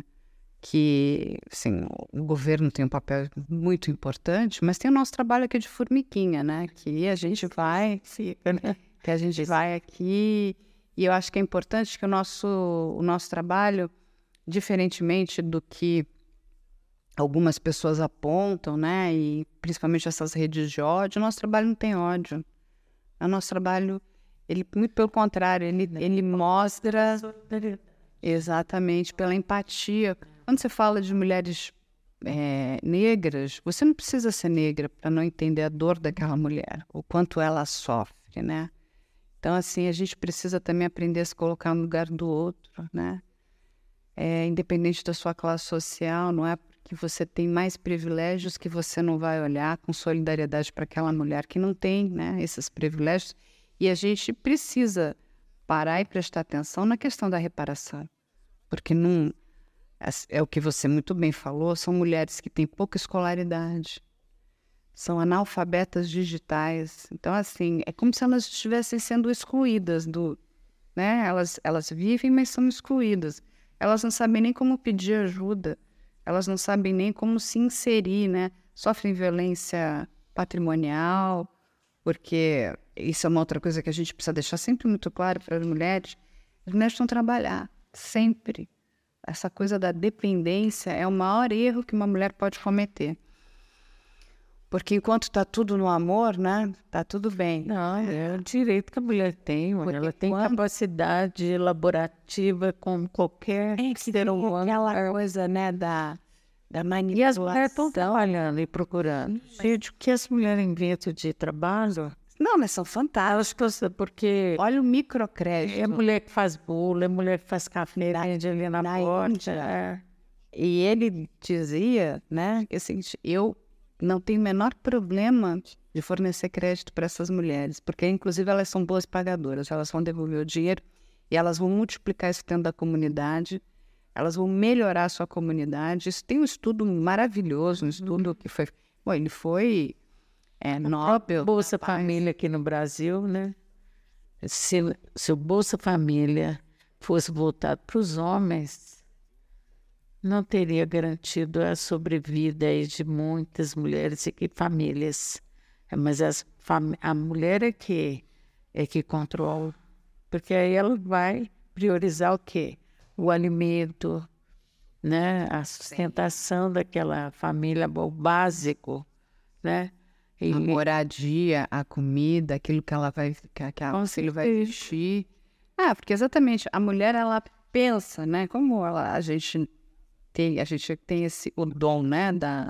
que, assim, o governo tem um papel muito importante, mas tem o nosso trabalho aqui de formiguinha, né? Que a gente vai, Fica, né? que a gente vai aqui, e eu acho que é importante que o nosso, o nosso trabalho, diferentemente do que algumas pessoas apontam, né? E principalmente essas redes de ódio, o nosso trabalho não tem ódio. O nosso trabalho, ele, muito pelo contrário, ele, ele mostra... Exatamente, pela empatia. Quando você fala de mulheres é, negras, você não precisa ser negra para não entender a dor daquela mulher, o quanto ela sofre, né? Então, assim, a gente precisa também aprender a se colocar no lugar do outro, né? É, independente da sua classe social, não é porque você tem mais privilégios que você não vai olhar com solidariedade para aquela mulher que não tem, né, esses privilégios. E a gente precisa parar e prestar atenção na questão da reparação, porque não, é o que você muito bem falou, são mulheres que têm pouca escolaridade, são analfabetas digitais. Então, assim, é como se elas estivessem sendo excluídas do, né? Elas, elas vivem, mas são excluídas. Elas não sabem nem como pedir ajuda, elas não sabem nem como se inserir, né? Sofrem violência patrimonial, porque isso é uma outra coisa que a gente precisa deixar sempre muito claro para as mulheres. As mulheres precisam trabalhar, sempre. Essa coisa da dependência é o maior erro que uma mulher pode cometer. Porque enquanto está tudo no amor, né? Está tudo bem. Não, é o direito que a mulher tem. Porque ela tem quando... capacidade elaborativa como qualquer é, ser humano. Aquela coisa, né, da, da manipulação. E as mulheres estão trabalhando e procurando. Gente, o que as mulheres inventam de trabalho? Não, mas são fantásticas. Porque olha o microcrédito. É mulher que faz bolo, é mulher que faz café, vende ali na, na porta. É. E ele dizia, né, que assim, eu não tenho o menor problema de fornecer crédito para essas mulheres, porque inclusive elas são boas pagadoras, elas vão devolver o dinheiro e elas vão multiplicar isso dentro da comunidade, elas vão melhorar a sua comunidade. Isso tem um estudo maravilhoso, um estudo que foi... Bom, ele foi é, Nobel. Bolsa Família aqui no Brasil, né? Se, se o Bolsa Família fosse voltado para os homens, não teria garantido a sobrevida aí de muitas mulheres e famílias. Mas as fam a mulher é que, é que controla, porque aí ela vai priorizar o quê? O alimento, né? A sustentação daquela família, o básico, né? E a moradia, a comida, aquilo que ela vai, que, que a filha vai vestir. Ah, porque exatamente, a mulher, ela pensa, né? Como ela, a gente tem, a gente tem esse, o dom, né? Da,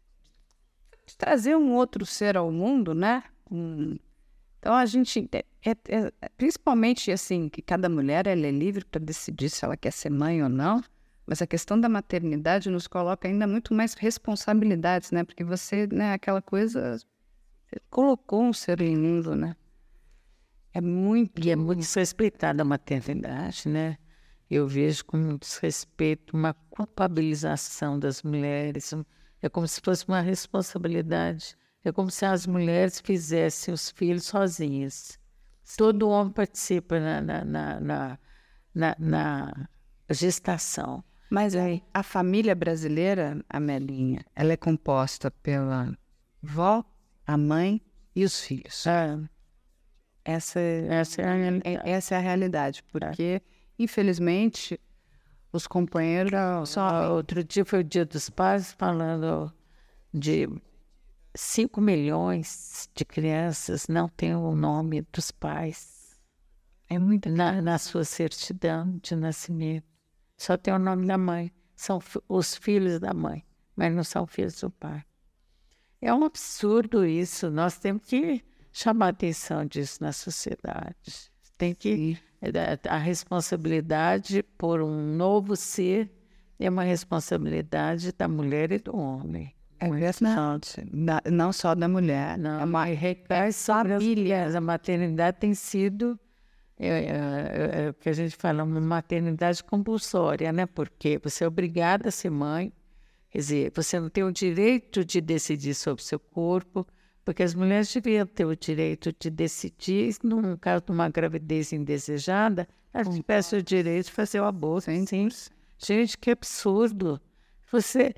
de trazer um outro ser ao mundo, né? Um, então, a gente, é, é, é, principalmente, assim, que cada mulher, ela é livre para decidir se ela quer ser mãe ou não, mas a questão da maternidade nos coloca ainda muito mais responsabilidades, né? Porque você, né, aquela coisa, você colocou um ser em mundo, né? É muito... E é muito desrespeitada a maternidade, né? Eu vejo com desrespeito uma culpabilização das mulheres. É como se fosse uma responsabilidade. É como se as mulheres fizessem os filhos sozinhas. Todo homem participa na, na, na, na, na, na gestação. Mas aí, a família brasileira, Amelinha, ela é composta pela vó, a mãe e os filhos. É. Essa, essa, é a, essa é a realidade, porque, infelizmente, os companheiros... Só outro dia foi o Dia dos Pais, falando de cinco milhões de crianças não têm o nome dos pais. É muito na, na sua certidão de nascimento. Só tem o nome da mãe. São os filhos da mãe, mas não são filhos do pai. É um absurdo isso. Nós temos que chamar a atenção disso na sociedade. Tem que... A responsabilidade por um novo ser é uma responsabilidade da mulher e do homem. É verdade. Não, não só da mulher. Não, é uma recai sobre as mulheres. A maternidade tem sido... É, é, é, é o que a gente fala, uma maternidade compulsória, né? Porque você é obrigada a ser mãe, quer dizer, você não tem o direito de decidir sobre o seu corpo, porque as mulheres deviam ter o direito de decidir, no caso de uma gravidez indesejada, elas tivessem o direito de fazer o aborto. Sim. Sim. Gente, que absurdo! Você,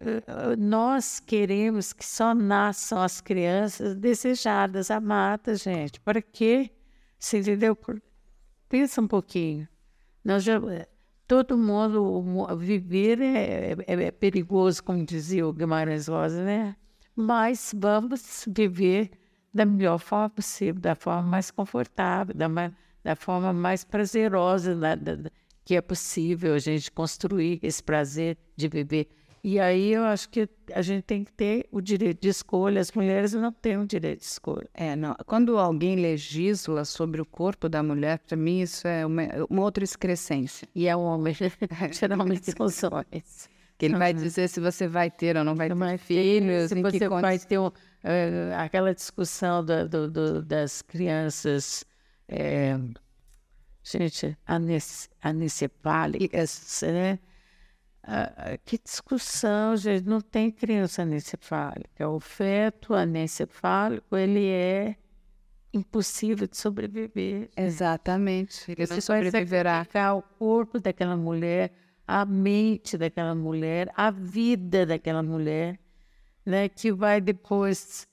nós queremos que só nasçam as crianças desejadas, amadas, gente. Para quê? Você entendeu? Pensa um pouquinho. Nós já, todo mundo, viver é, é, é perigoso, como dizia o Guimarães Rosa, né? Mas vamos viver da melhor forma possível, da forma mais confortável, da, da forma mais prazerosa da, da, que é possível a gente construir esse prazer de viver. E aí eu acho que a gente tem que ter o direito de escolha. As mulheres não têm o direito de escolha. É, não. Quando alguém legisla sobre o corpo da mulher, para mim isso é uma, uma outra excrescência. E é o homem, geralmente são os homens. Que ele vai dizer se você vai ter ou não vai ter mais filhos. Se você vai ter um, uh, aquela discussão do, do, do, das crianças, é, gente, anencefálicas, né? Ah, que discussão, gente, não tem criança anencefálica. O feto anencefálico, ele é impossível de sobreviver. Exatamente. Ele Você não sobreviverá. sacrificar o corpo daquela mulher, a mente daquela mulher, a vida daquela mulher, né, que vai depois,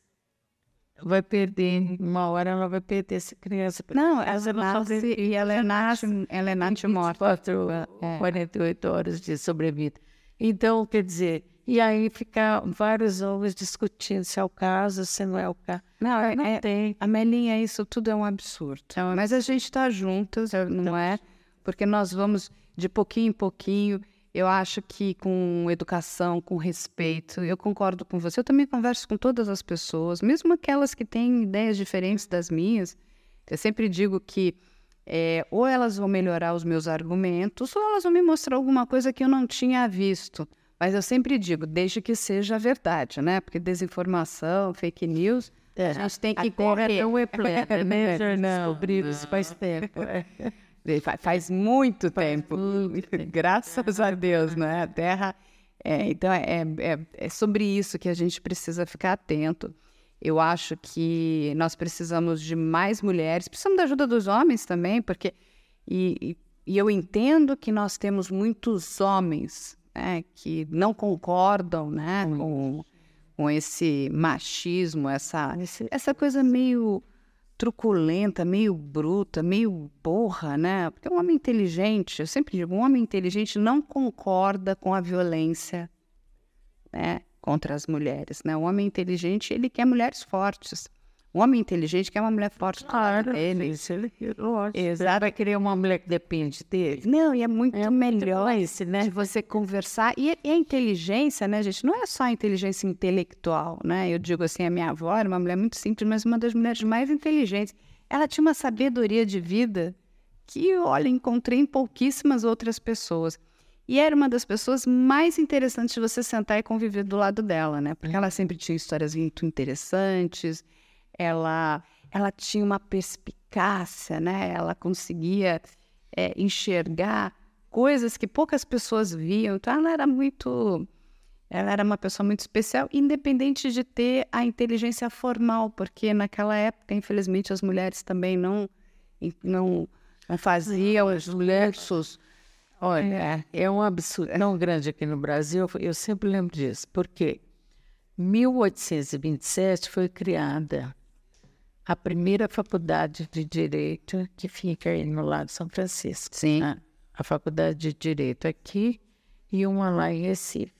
vai perder, uma hora ela vai perder essa criança. Não, ela não nasce sobrevive, e ela é nasce, ela é nasce morta. vinte e quatro, É. quarenta e oito horas de sobrevida. Então, quer dizer, e aí ficar vários homens discutindo se é o caso, se não é o caso. Não, é, Não é- tem. Amelinha, isso tudo é um absurdo. Mas a gente está juntas, não é? Porque nós vamos de pouquinho em pouquinho. Eu acho que com educação, com respeito, eu concordo com você. Eu também converso com todas as pessoas, mesmo aquelas que têm ideias diferentes das minhas. Eu sempre digo que é, ou elas vão melhorar os meus argumentos, ou elas vão me mostrar alguma coisa que eu não tinha visto. Mas eu sempre digo, desde que seja verdade, né? Porque desinformação, fake news, a gente tem que A terra correr. não é plena, né? Não, isso faz tempo. Fa- Faz muito tempo. muito tempo. Graças a Deus, né? A Terra. É, então, é, é, é sobre isso que a gente precisa ficar atento. Eu acho que nós precisamos de mais mulheres, precisamos da ajuda dos homens também, porque. E, e, e eu entendo que nós temos muitos homens, né, que não concordam, né, com, com esse machismo, essa, essa coisa meio truculenta, meio bruta, meio burra, né? Porque um homem inteligente, eu sempre digo, um homem inteligente não concorda com a violência, né, contra as mulheres, né? Um homem inteligente, ele quer mulheres fortes. Um homem inteligente quer uma mulher forte. Claro, ele. isso ele lógico. Exato. Vai querer uma mulher que depende dele. Não, e é muito É muito melhor esse, né? de você conversar. E, e a inteligência, né, gente, não é só a inteligência intelectual, né? Eu digo assim, a minha avó era uma mulher muito simples, mas uma das mulheres mais inteligentes. Ela tinha uma sabedoria de vida que, olha, encontrei em pouquíssimas outras pessoas. E era uma das pessoas mais interessantes de você sentar e conviver do lado dela, né? Porque ela sempre tinha histórias muito interessantes, ela, ela tinha uma perspicácia, né? Ela conseguia é, enxergar coisas que poucas pessoas viam. Então, ela era muito... Ela era uma pessoa muito especial, independente de ter a inteligência formal, porque naquela época, infelizmente, as mulheres também não, não, não faziam os cursos. Olha, é um absurdo tão grande aqui no Brasil, eu sempre lembro disso, porque em mil oitocentos e vinte e sete foi criada a primeira faculdade de Direito que fica aí no lado de São Francisco. Sim. Né? A faculdade de Direito aqui e uma lá em Recife.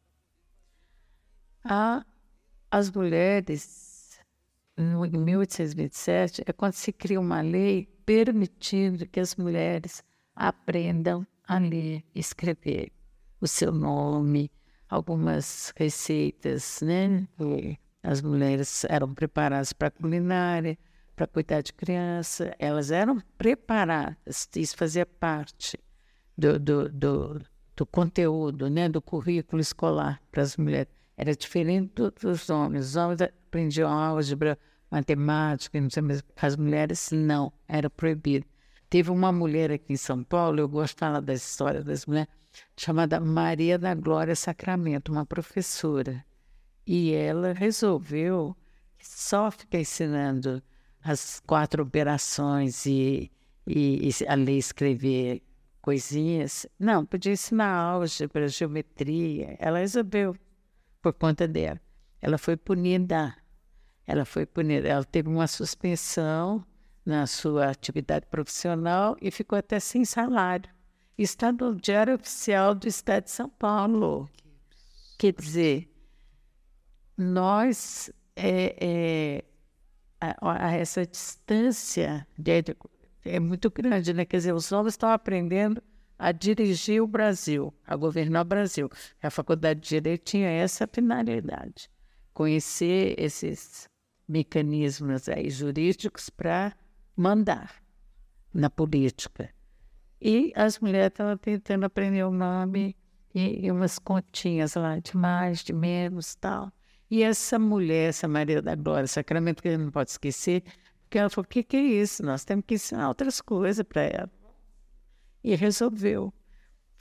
A, as mulheres, no, em mil oitocentos e vinte e sete, é quando se cria uma lei permitindo que as mulheres aprendam a ler e escrever o seu nome, algumas receitas, né? E as mulheres eram preparadas para culinária, para cuidar de criança, elas eram preparadas, isso fazia parte do, do, do, do conteúdo, né? Do currículo escolar para as mulheres. Era diferente do, dos homens, os homens aprendiam álgebra, matemática, não sei, mas as mulheres não, era proibido. Teve uma mulher aqui em São Paulo, eu gosto de falar da história das mulheres, chamada Maria da Glória Sacramento, uma professora. E ela resolveu só ficar ensinando as quatro operações e, e, e a ler e escrever coisinhas. Não, podia ensinar álgebra, geometria. Ela resolveu por conta dela. Ela foi punida. Ela foi punida. Ela teve uma suspensão na sua atividade profissional e ficou até sem salário. Está no Diário Oficial do Estado de São Paulo. Quer dizer, nós, é, é, a, a essa distância de, é muito grande, né? Quer dizer, os homens estão aprendendo a dirigir o Brasil, a governar o Brasil. A Faculdade de Direito tinha essa finalidade, conhecer esses mecanismos aí jurídicos para mandar na política. E as mulheres estavam tentando aprender o nome e, e umas continhas lá, de mais, de menos, tal. E essa mulher, essa Maria da Glória Sacramento, que a gente não pode esquecer, porque ela falou, o que, que é isso? Nós temos que ensinar outras coisas para ela. E resolveu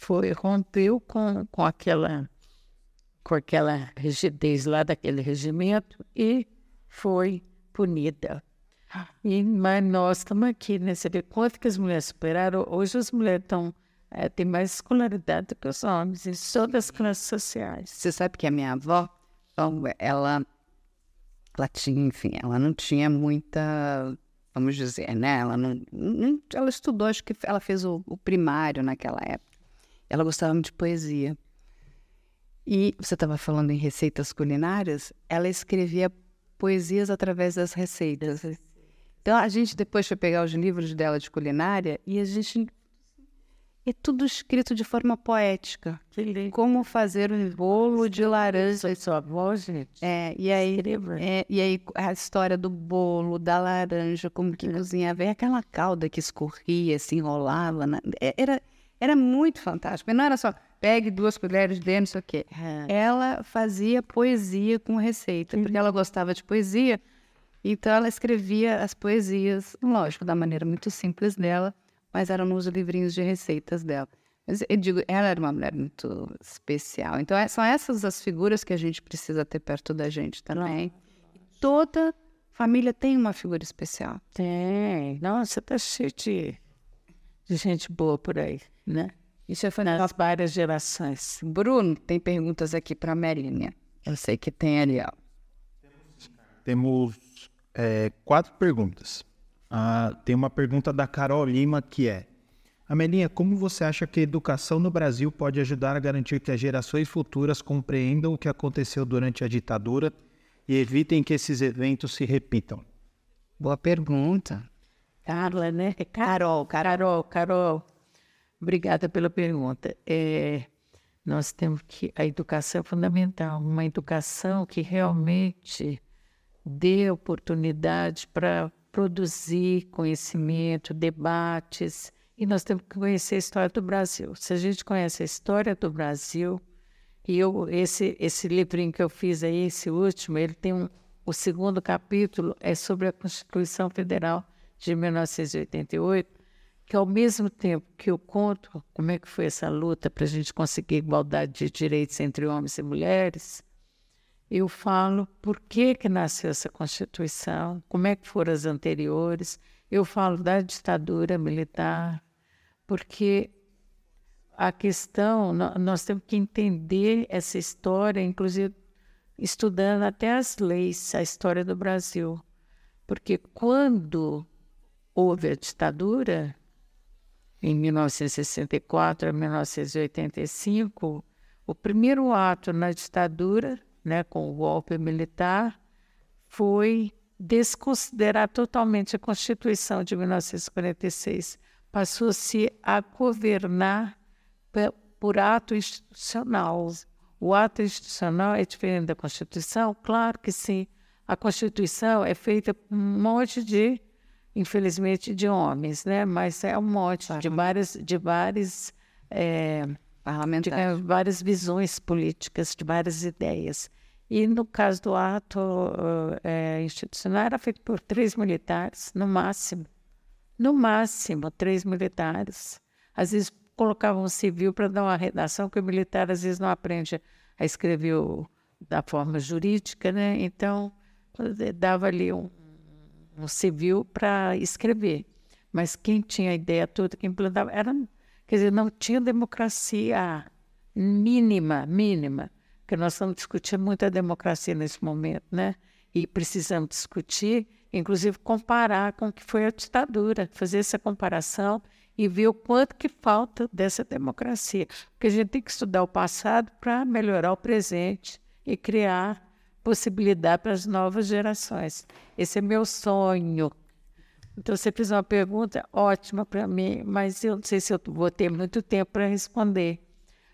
foi, rompeu com, com, aquela, com aquela rigidez lá daquele regimento e foi punida. E, mas nós estamos aqui, né? Você vê quanto que as mulheres superaram. Hoje as mulheres estão, é, têm mais escolaridade do que os homens, em todas as classes sociais. Você sabe que a minha avó, então, ela, ela tinha, enfim, ela não tinha muita, vamos dizer, né? Ela, não, não, ela estudou, acho que ela fez o, o primário naquela época. Ela gostava muito de poesia. E você estava falando em receitas culinárias, ela escrevia poesias através das receitas. Então, a gente depois foi pegar os livros dela de culinária e a gente... É tudo escrito de forma poética. Como fazer um bolo de laranja. Foi sua avó, gente? É, e aí, é, e aí a história do bolo, da laranja, como que cozinhava. E aquela calda que escorria, se enrolava. Na... Era, era muito fantástico. E não era só, pegue duas colheres de não sei o quê. É. Ela fazia poesia com receita, porque ela gostava de poesia. Então, ela escrevia as poesias, lógico, da maneira muito simples dela, mas eram nos livrinhos de receitas dela. Mas eu digo, ela era uma mulher muito especial. Então, é, são essas as figuras que a gente precisa ter perto da gente também. Toda família tem uma figura especial. Tem. Nossa, tá cheio de, de gente boa por aí, né? Isso é fantástico. Nas várias gerações. Bruno, tem perguntas aqui para a Merinha. Eu sei que tem ali, ó. Temos é, quatro perguntas. Ah, tem uma pergunta da Carol Lima que é: Amelinha, como você acha que a educação no Brasil pode ajudar a garantir que as gerações futuras compreendam o que aconteceu durante a ditadura e evitem que esses eventos se repitam? Boa pergunta. Carla, né? Carol, Carol, Carol. Obrigada pela pergunta. É, nós temos que... A educação é fundamental. Uma educação que realmente dê oportunidade para produzir conhecimento, debates, e nós temos que conhecer a história do Brasil. Se a gente conhece a história do Brasil, e eu, esse, esse livrinho que eu fiz aí, esse último, ele tem um, o segundo capítulo é sobre a Constituição Federal de mil novecentos e oitenta e oito, que ao mesmo tempo que eu conto como é que foi essa luta para a gente conseguir igualdade de direitos entre homens e mulheres, eu falo por que que nasceu essa Constituição, como é que foram as anteriores. Eu falo da ditadura militar, porque a questão, nós temos que entender essa história, inclusive estudando até as leis, a história do Brasil. Porque quando houve a ditadura, em mil novecentos e sessenta e quatro a mil novecentos e oitenta e cinco, o primeiro ato na ditadura, né, com o golpe militar, foi desconsiderar totalmente a Constituição de mil novecentos e quarenta e seis. Passou-se a governar por ato institucional. O ato institucional é diferente da Constituição? Claro que sim. A Constituição é feita por um monte de, infelizmente, de homens, né? Mas é um monte claro. de várias, de várias, é, de, é, várias visões políticas, de várias ideias. E no caso do ato uh, é, institucional, era feito por três militares, no máximo. No máximo, três militares. Às vezes colocavam um civil para dar uma redação, porque o militar às vezes não aprende a escrever o, da forma jurídica, né? Então, dava ali um, um civil para escrever. Mas quem tinha a ideia toda, quem implantava, era, quer dizer, não tinha democracia mínima, mínima. Porque nós estamos discutindo muito a democracia nesse momento, né? E precisamos discutir, inclusive comparar com o que foi a ditadura, fazer essa comparação e ver o quanto que falta dessa democracia. Porque a gente tem que estudar o passado para melhorar o presente e criar possibilidade para as novas gerações. Esse é meu sonho. Então, você fez uma pergunta ótima para mim, mas eu não sei se eu vou ter muito tempo para responder.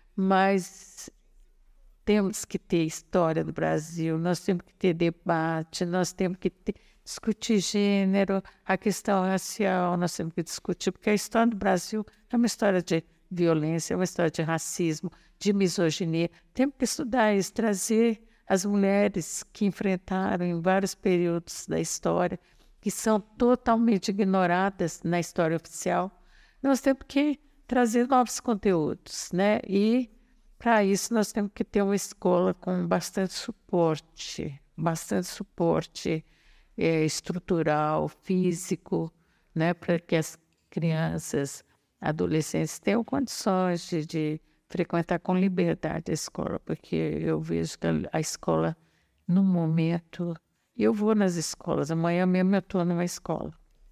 Mas temos que ter história do Brasil, nós temos que ter debate, nós temos que ter, discutir gênero, a questão racial, nós temos que discutir, porque a história do Brasil é uma história de violência, é uma história de racismo, de misoginia. Temos que estudar isso, trazer as mulheres que enfrentaram em vários períodos da história, que são totalmente ignoradas na história oficial. Nós temos que trazer novos conteúdos, né? E, para isso, nós temos que ter uma escola com bastante suporte, bastante suporte é, estrutural, físico, né? Para que as crianças, adolescentes tenham condições de, de frequentar com liberdade a escola, porque eu vejo que a, a escola, no momento, eu vou nas escolas, amanhã mesmo eu estou numa escola,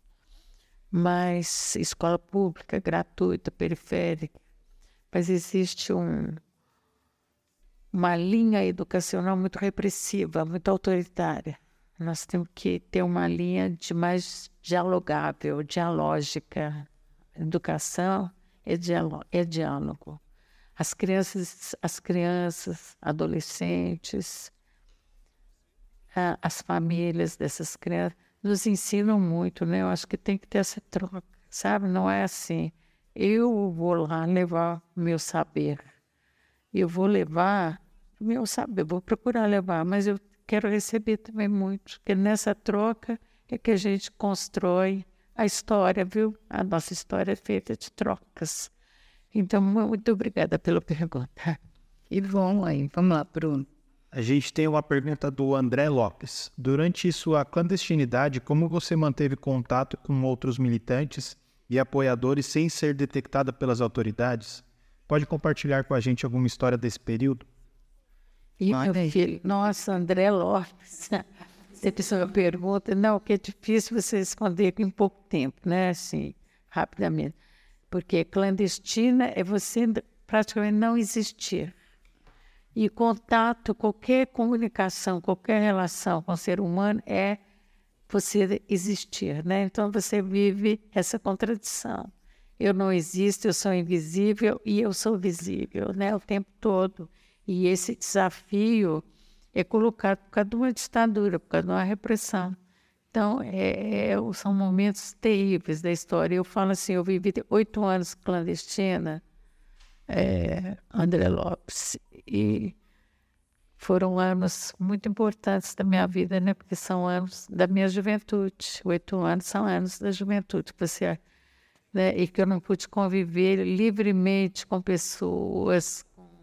mas escola pública, gratuita, periférica, mas existe um, uma linha educacional muito repressiva, muito autoritária. Nós temos que ter uma linha de mais dialogável, dialógica. Educação é, diálogo, é diálogo. As crianças, as crianças, adolescentes, a, as famílias dessas crianças nos ensinam muito, né? Eu acho que tem que ter essa troca, sabe? Não é assim, eu vou lá levar meu saber, eu vou levar meu saber, vou procurar levar, mas eu quero receber também muito, porque nessa troca é que a gente constrói a história, viu? A nossa história é feita de trocas. Então, muito obrigada pela pergunta. E vamos aí, vamos lá, Bruno. A gente tem uma pergunta do André Lopes. Durante sua clandestinidade, como você manteve contato com outros militantes e apoiadores sem ser detectada pelas autoridades? Pode compartilhar com a gente alguma história desse período? E meu filho, nossa, André Lopes, você fez uma pergunta, não, que é difícil você responder em pouco tempo, né, assim, rapidamente. Porque clandestina é você praticamente não existir. E contato, qualquer comunicação, qualquer relação com o ser humano é você existir, né? Então você vive essa contradição. Eu não existo, eu sou invisível e eu sou visível, né? O tempo todo. E esse desafio é colocado por causa de uma ditadura, por causa de uma repressão. Então, é, é, são momentos terríveis da história. Eu falo assim, eu vivi oito anos clandestina, é, André Lopes, e foram anos muito importantes da minha vida, né? Porque são anos da minha juventude. Oito anos são anos da juventude, que você, né? E que eu não pude conviver livremente com pessoas,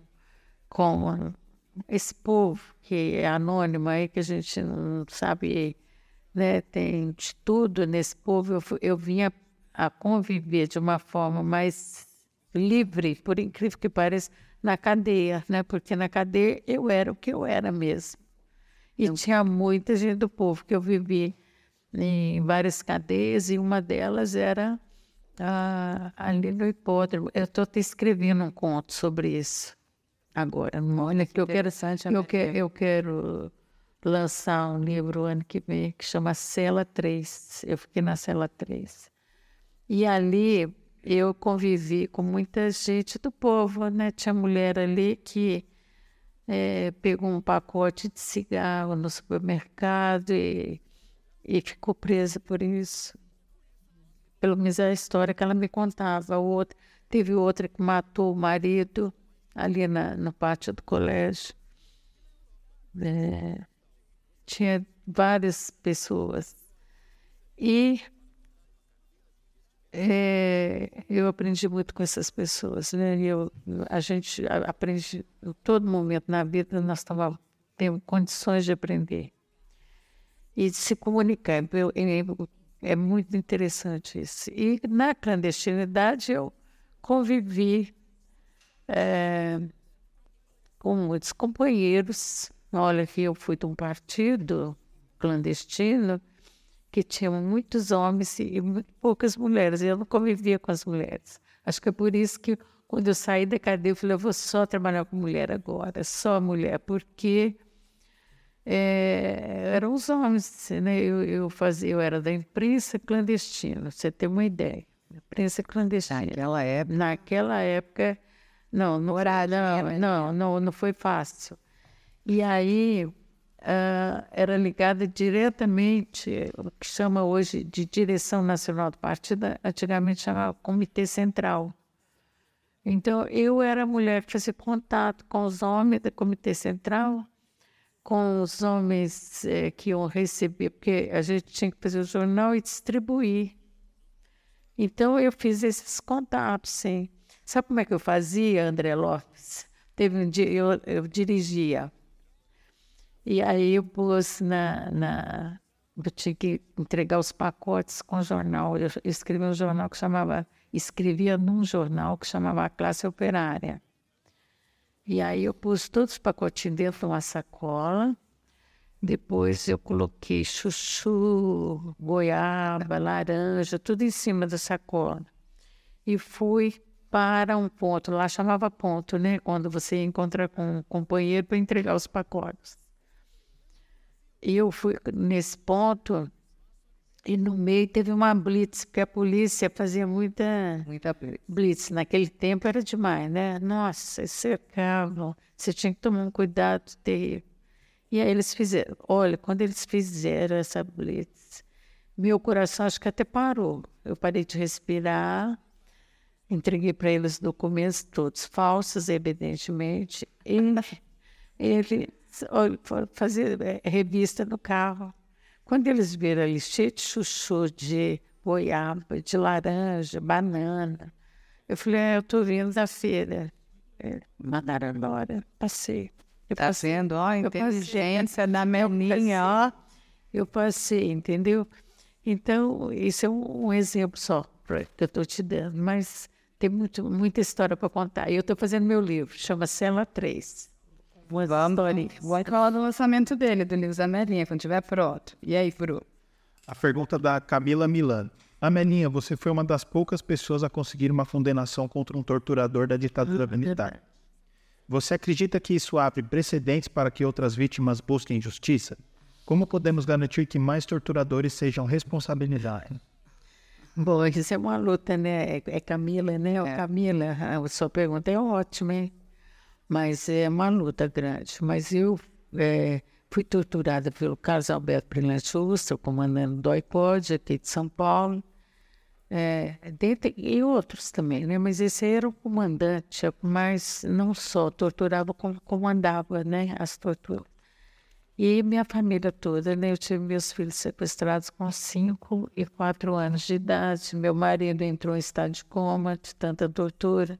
com esse povo que é anônimo aí, que a gente não sabe, né? Tem de tudo nesse povo. Eu, eu vinha a conviver de uma forma mais livre, por incrível que pareça, na cadeia, né? Porque na cadeia eu era o que eu era mesmo. E eu... tinha muita gente do povo que eu vivi em várias cadeias, e uma delas era ah, ali no hipódromo. Eu estou te escrevendo um conto sobre isso agora. Olha, que eu quero, eu quero, eu quero lançar um livro ano que vem que chama Cela três. Eu fiquei na Cela três. E ali eu convivi com muita gente do povo, né? Tinha mulher ali que é, pegou um pacote de cigarro no supermercado e, e ficou presa por isso. Pelo menos é a história que ela me contava. O outro, teve outra que matou o marido ali na, no pátio do colégio. É, tinha várias pessoas. E É, eu aprendi muito com essas pessoas, né? Eu, a gente aprende em todo momento na vida, nós tamo, temos condições de aprender e de se comunicar. Eu, eu, é muito interessante isso. E na clandestinidade eu convivi é, com muitos companheiros. Olha, que eu fui de um partido clandestino que tinham muitos homens e muito poucas mulheres. Eu não convivia com as mulheres. Acho que é por isso que, quando eu saí da cadeia, eu falei, eu vou só trabalhar com mulher agora, só mulher, porque é, eram os homens, né? Eu, eu, fazia, eu era da imprensa clandestina, você tem uma ideia. Imprensa clandestina. Naquela época? Naquela época, não, não, não, não, não, não foi fácil. E aí... Uh, era ligada diretamente, o que chama hoje de Direção Nacional do Partido, antigamente chamava Comitê Central. Então, eu era a mulher que fazia contato com os homens do Comitê Central, com os homens eh, que iam receber, porque a gente tinha que fazer o jornal e distribuir. Então, eu fiz esses contatos, sim. Sabe como é que eu fazia, André Lopes? Teve um dia, eu, eu dirigia. E aí eu pus na, na... Eu tinha que entregar os pacotes com jornal. Eu escrevia um jornal que chamava... Escrevia num jornal que chamava A Classe Operária. E aí eu pus todos os pacotinhos dentro de uma sacola. Depois eu coloquei chuchu, goiaba, laranja, tudo em cima da sacola. E fui para um ponto, lá chamava ponto, né? Quando você encontra com um companheiro para entregar os pacotes. E eu fui nesse ponto e no meio teve uma blitz, porque a polícia fazia muita, Muita blitz. blitz. Naquele tempo era demais, né? Nossa, eles cercavam, você tinha que tomar um cuidado terrível. E aí eles fizeram, olha, quando eles fizeram essa blitz, meu coração acho que até parou. Eu parei de respirar, entreguei para eles documentos todos falsos, evidentemente. E ele olha, foi fazer é, revista no carro. Quando eles viram ali cheio de chuchu, de goiaba, de laranja, banana, eu falei, é, eu estou vindo da feira. É, mandaram embora, passei. Eu Tá passei. vendo? Ó, a Eu inteligência da Eu Melinha, ó. passei. Eu passei, entendeu? Então, isso é um, um exemplo só pra- que eu estou te dando, mas tem muito, muita história para contar. E eu estou fazendo meu livro, chama Cela três. Uma história. Vamos falar do lançamento dele, do livro da Melinha, quando estiver pronto. E aí, Bru? A pergunta da Camila Milano. Amelinha, você foi uma das poucas pessoas a conseguir uma condenação contra um torturador da ditadura militar. Você acredita que isso abre precedentes para que outras vítimas busquem justiça? Como podemos garantir que mais torturadores sejam responsabilizados? Bom, isso é uma luta, né? É, é Camila, né? Ô, É. Camila, a sua pergunta é ótima, hein? Mas é uma luta grande. Mas eu é, fui torturada pelo Carlos Alberto Brilhante Justo, comandante do I C O D aqui de São Paulo, é, dentre, e outros também, né? Mas esse era o comandante, mas não só torturava, como comandava, né? As torturas. E minha família toda, né? Eu tive meus filhos sequestrados com cinco e quatro anos de idade. Meu marido entrou em estado de coma de tanta tortura.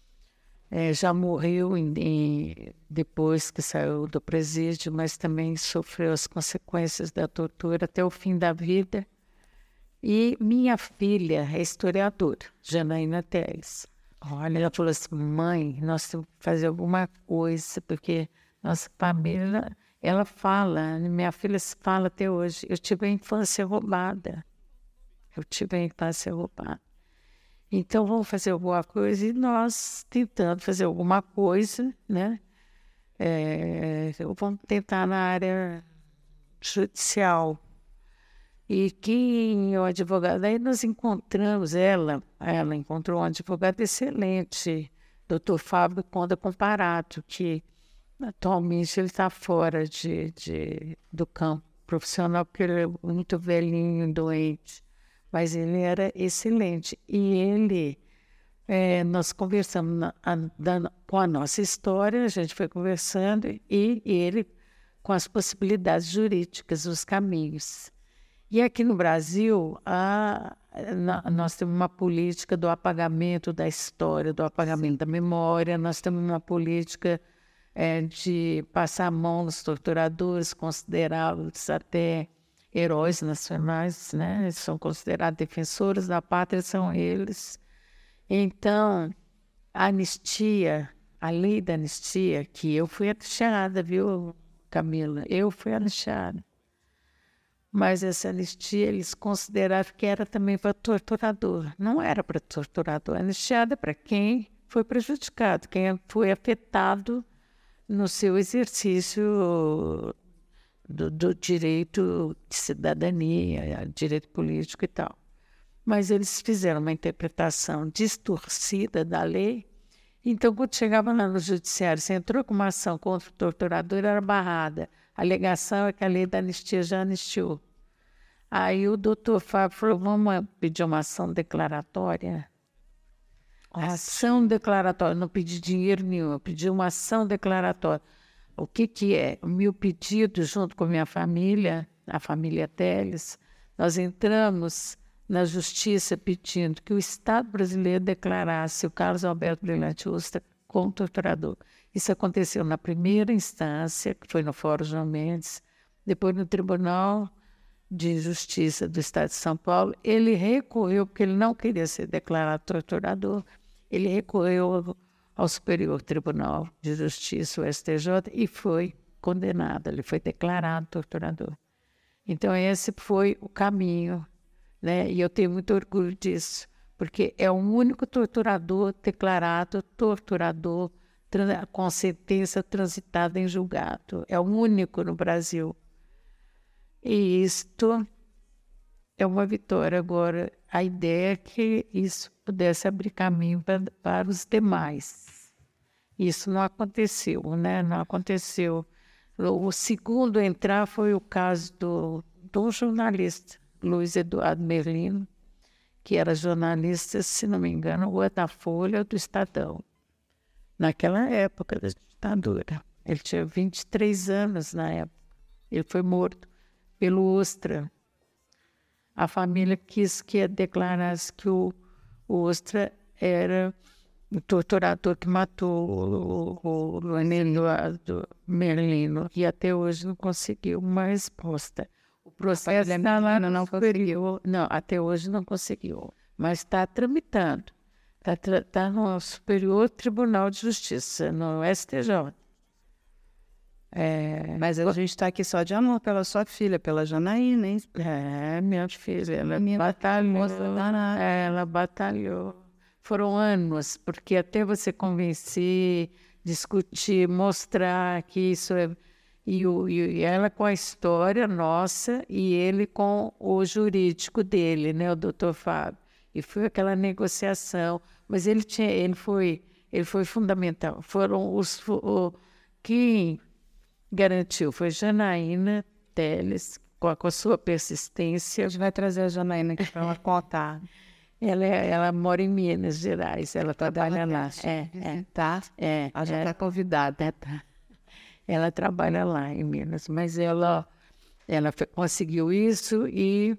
É, já morreu em, em- depois que saiu do presídio, mas também sofreu as consequências da tortura até o fim da vida. E minha filha é historiadora, Janaína Teles. Olha, ela falou assim, mãe, nós temos que fazer alguma coisa, porque nossa família, ela fala, minha filha fala até hoje, eu tive a infância roubada. Eu tive a infância roubada. Então, vamos fazer alguma coisa e nós tentando fazer alguma coisa, né? É, vamos tentar na área judicial. E quem é o advogado? Aí nós encontramos ela, ela encontrou um advogado excelente, doutor Fábio Conda Comparato, que atualmente ele está fora de, de, do campo profissional, porque ele é muito velhinho, doente. Mas ele era excelente. E ele, eh, nós conversamos na- a- da- com a nossa história, a gente foi conversando, e ele com as possibilidades jurídicas, os caminhos. E aqui no Brasil, a- na- nós temos uma política do apagamento da história, do apagamento da memória, nós temos uma política eh, de passar a mão nos torturadores, considerá-los até heróis nacionais, né? Eles são considerados defensores da pátria, são eles. Então, a anistia, a lei da anistia, que eu fui anistiada, viu, Camila? Eu fui anistiada. Mas essa anistia, eles consideraram que era também para torturador. Não era para torturador. A anistiada é para quem foi prejudicado, quem foi afetado no seu exercício do, do direito de cidadania, direito político e tal. Mas eles fizeram uma interpretação distorcida da lei. Então, quando chegava lá no judiciário, você entrou com uma ação contra o torturador, era barrada. A alegação é que a lei da anistia já anistiou. Aí o doutor Fábio falou, vamos pedir uma ação declaratória? A ação declaratória, não pedi dinheiro nenhum, eu pedi uma ação declaratória. O que, que é? O meu pedido, junto com a minha família, a família Teles, nós entramos na justiça pedindo que o Estado brasileiro declarasse o Carlos Alberto Brilhante Ustra como torturador. Isso aconteceu na primeira instância, que foi no Fórum João Mendes, depois no Tribunal de Justiça do Estado de São Paulo. Ele recorreu, porque ele não queria ser declarado torturador, ele recorreu ao Superior Tribunal de Justiça, o S T J, e foi condenado, ele foi declarado torturador. Então, esse foi o caminho, né? E eu tenho muito orgulho disso, porque é o único torturador declarado torturador com sentença transitada em julgado. É o único no Brasil. E isto é uma vitória. Agora, a ideia é que isso pudesse abrir caminho para, para os demais. Isso não aconteceu, né? Não aconteceu. O segundo a entrar foi o caso do, do jornalista, Luiz Eduardo Merlino, que era jornalista, se não me engano, ou da Folha ou do Estadão, naquela época da ditadura. Ele tinha vinte e três anos na época. Ele foi morto pelo Ustra. A família quis que declarasse que o, o Ustra era o torturador que matou o, o, o Eduardo Merlino, e até hoje não conseguiu uma resposta. O processo está lá no não superior. Não, até hoje não conseguiu, mas está tramitando. Está tra tá no Superior Tribunal de Justiça, no S T J. É, mas a gente está aqui só de amor pela sua filha, pela Janaína, hein? É, minha filha, ela minha batalhou. Ela batalhou. Foram anos, porque até você convencer, discutir, mostrar que isso é... E, o, e ela com a história nossa e ele com o jurídico dele, né, o doutor Fábio. E foi aquela negociação, mas ele, tinha, ele, foi, ele foi fundamental. Foram os... O, quem garantiu foi Janaína Teles, com a, com a sua persistência. A gente vai trazer a Janaína aqui para ela contar. Ela, ela mora em Minas Gerais, ela trabalha lá. É, é, tá? É, ela já está é, convidada. É, tá. Ela trabalha lá em Minas, mas ela, ela conseguiu isso e,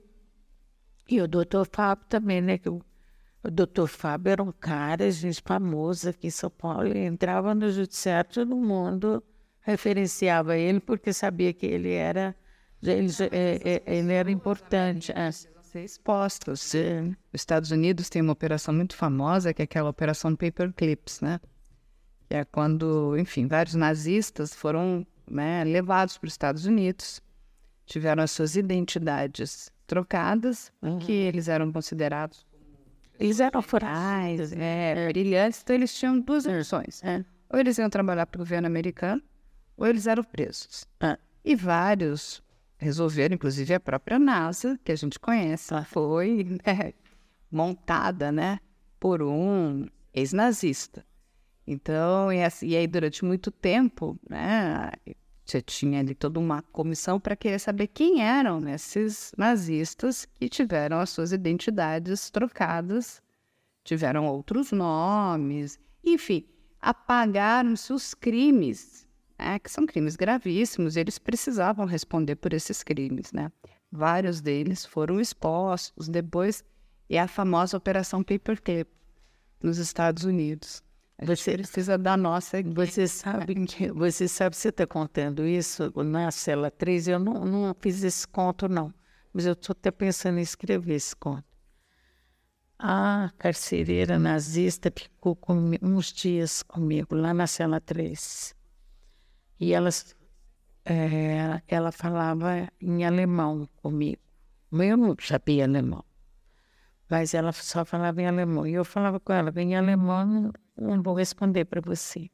e o doutor Fábio também, né? Que o, o doutor Fábio era um cara, gente, famoso aqui em São Paulo. Ele entrava no judiciário, todo mundo referenciava ele porque sabia que ele era, ele, ele, ele era importante. É. Ser expostos. Sim. Os Estados Unidos tem uma operação muito famosa, que é aquela operação Paperclips, né? Que é quando, enfim, vários nazistas foram, né, levados para os Estados Unidos, tiveram as suas identidades trocadas, uhum. que eles eram considerados eles eram forais, é, é. brilhantes, então eles tinham duas opções. É. Ou eles iam trabalhar para o governo americano, ou eles eram presos. É. E vários resolveram, inclusive a própria NASA, que a gente conhece, ela foi é, montada, né, por um ex-nazista. Então, e, assim, e aí durante muito tempo, né, você tinha ali toda uma comissão para querer saber quem eram, né, esses nazistas que tiveram as suas identidades trocadas, tiveram outros nomes, enfim, apagaram-se os crimes, né, que são crimes gravíssimos, e eles precisavam responder por esses crimes, né? Vários deles foram expostos depois, e a famosa Operação Paperclip nos Estados Unidos. Você precisa da nossa. Você sabe que você sabe você está contando isso na cela três. Eu não, não fiz esse conto, não. Mas eu estou até pensando em escrever esse conto. A carcereira nazista ficou com, uns dias comigo lá na cela três. E ela, é, ela falava em alemão comigo. Eu não sabia alemão. Mas ela só falava em alemão. E eu falava com ela, em alemão não, não vou responder para você.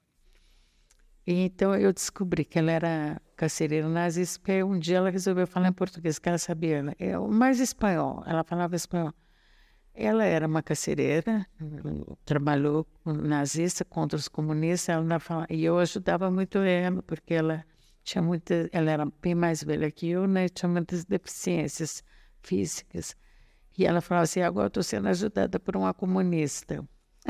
E então eu descobri que ela era carcereira nazista, porque um dia ela resolveu falar em português, que ela sabia, é, mais espanhol, ela falava espanhol. Ela era uma carcereira, trabalhou com nazista contra os comunistas, ela não falava, e eu ajudava muito ela, porque ela tinha muita, ela era bem mais velha que eu, né, tinha muitas deficiências físicas. E ela falava assim, agora estou sendo ajudada por uma comunista.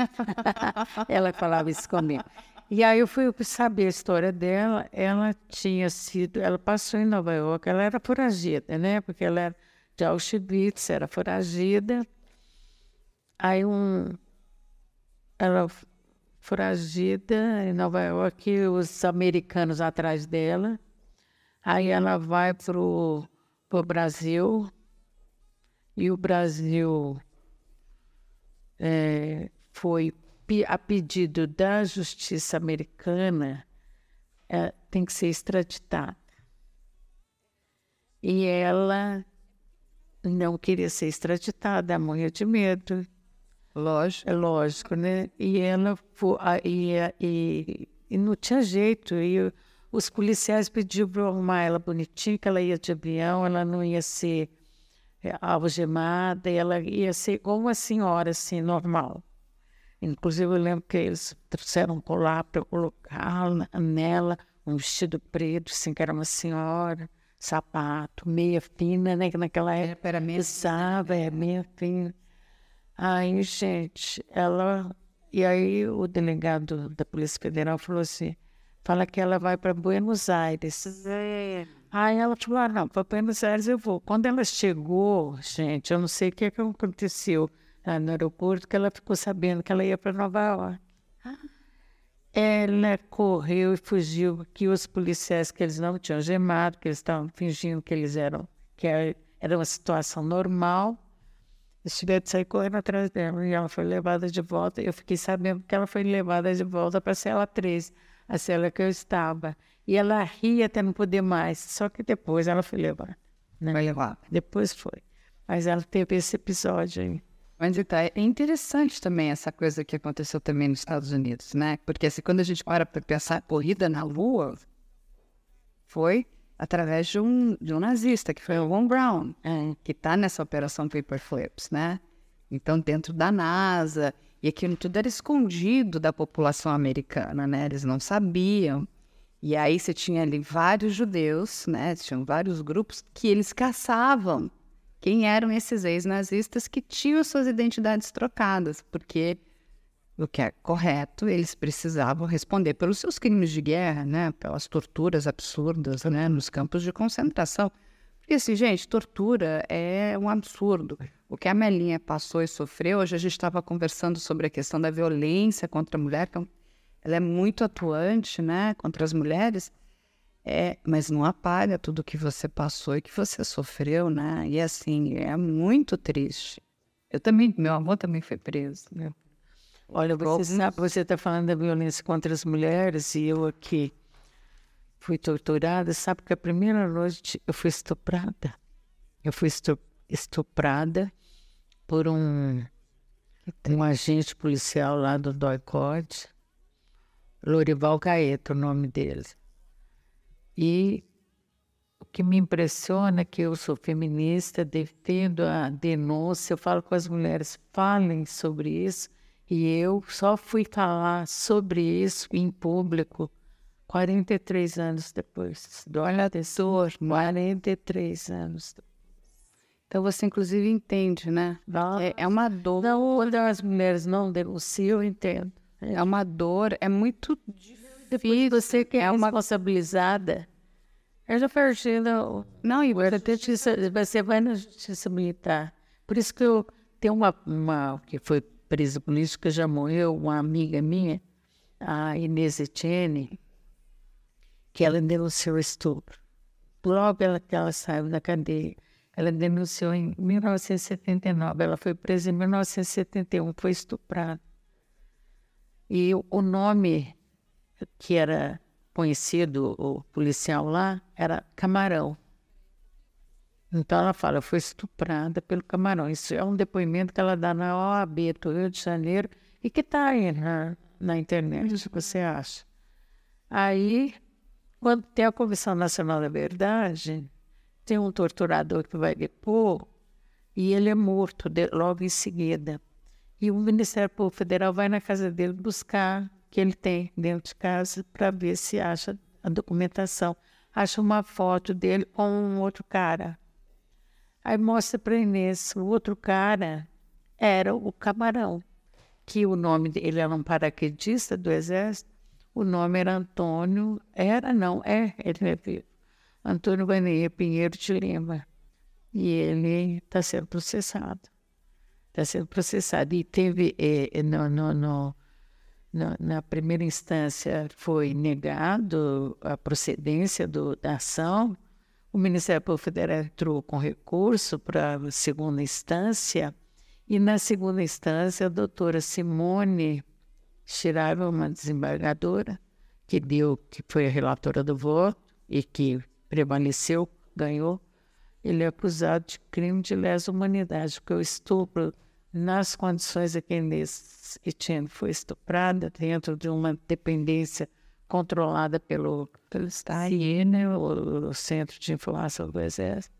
Ela falava isso comigo. E aí eu fui saber a história dela. Ela tinha sido, ela passou em Nova York, ela era foragida, né? Porque ela era, de Auschwitz, era foragida. Aí um, ela foragida em Nova York, os americanos atrás dela. Aí ela vai para o Brasil, e o Brasil é, foi, a pedido da justiça americana, é, tem que ser extraditada. E ela não queria ser extraditada, morria de medo. Lógico. É lógico, né? E ela foi, e, e, e não tinha jeito. E os policiais pediram para arrumar ela bonitinha, que ela ia de avião, ela não ia ser é, algemada, ela ia ser igual uma senhora, assim, normal. Inclusive, eu lembro que eles trouxeram um colar para eu colocar nela, um vestido preto, assim, que era uma senhora, sapato, meia fina, né? Que naquela época era meia usava, é, meia fina. Aí, gente, ela... E aí o delegado da Polícia Federal falou assim, fala que ela vai para Buenos Aires. É. Aí ela falou, ah, não, para Buenos Aires eu vou. Quando ela chegou, gente, eu não sei o que, que aconteceu lá no aeroporto, que ela ficou sabendo que ela ia para Nova York. Ela correu e fugiu, que os policiais, que eles não tinham gemado, que eles estavam fingindo que eles eram, que era uma situação normal, eles tiveram de sair correndo atrás dela, e ela foi levada de volta. Eu fiquei sabendo que ela foi levada de volta para a cela treze, a cela que eu estava. E ela ria até não poder mais, só que depois ela foi levada. Né? Vai levar. Depois foi. Mas ela teve esse episódio aí. Mas então, é interessante também essa coisa que aconteceu também nos Estados Unidos, né? Porque assim, quando a gente para para pensar a corrida na Lua, foi através de um, de um nazista, que foi o Von Braun, é, que está nessa operação Paperclips, né? Então, dentro da NASA, e aquilo tudo era escondido da população americana, né? Eles não sabiam. E aí você tinha ali vários judeus, né? Tinham vários grupos que eles caçavam quem eram esses ex-nazistas que tinham suas identidades trocadas, porque o que é correto, eles precisavam responder pelos seus crimes de guerra, né? Pelas torturas absurdas, né? Nos campos de concentração. Porque assim, gente, tortura é um absurdo. O que a Melinha passou e sofreu, hoje a gente estava conversando sobre a questão da violência contra a mulher, que ela é muito atuante, né? Contra as mulheres. É, mas não apaga tudo que você passou e que você sofreu, né? E assim, é muito triste. Eu também, meu avô também foi preso, né? Olha, você sabe, você está falando da violência contra as mulheres e eu aqui fui torturada. Sabe que a primeira noite eu fui estuprada. Eu fui estuprada por um, um agente policial lá do D O I-C O D, Lorival Gaeta, o nome dele. E o que me impressiona é que eu sou feminista, defendo a denúncia, eu falo com as mulheres, falem sobre isso, e eu só fui falar sobre isso em público quarenta e três anos depois. Olha, dor, quarenta e três anos depois. Então você, inclusive, entende, né? É, é uma dor. Não, quando as mulheres não denunciam, eu entendo. É uma dor, é muito difícil. Depois você que é uma responsabilizada, eu já perdi, não. Não, e você vai na justiça militar. Por isso que eu tenho uma, uma que foi presa política, já morreu, uma amiga minha, a Inês Etienne, que ela denunciou estupro. Logo ela, que ela saiu da cadeia, ela denunciou em mil novecentos e setenta e nove, ela foi presa em mil novecentos e setenta e um, foi estuprada. E o nome que era conhecido, o policial lá, era Camarão. Então ela fala, foi estuprada pelo Camarão. Isso é um depoimento que ela dá na O A B do Rio de Janeiro e que está aí na, na internet, se você acha. Aí, quando tem a Comissão Nacional da Verdade, tem um torturador que vai depor e ele é morto de, logo em seguida. E o Ministério Público Federal vai na casa dele buscar o que ele tem dentro de casa para ver se acha a documentação. Acha uma foto dele com um outro cara. Aí mostra para Inês, o outro cara era o Camarão, que o nome dele era um paraquedista do Exército, o nome era Antônio, era não, é, ele é vivo, Antônio Vanier Pinheiro de Lima. e ele está sendo processado. Está sendo processado. E teve, eh, no, no, no, no, na primeira instância, foi negado a procedência do, da ação. O Ministério Público Federal entrou com recurso para a segunda instância, e na segunda instância, a doutora Simone Schreiber, uma desembargadora, que deu, que foi a relatora do voto e que prevaleceu, ganhou, ele é acusado de crime de lesa humanidade, porque o estupro, nas condições em que Inês Etienne foi estuprada, dentro de uma dependência controlada pelo, pelo C I E, né, o, o Centro de Informação do Exército,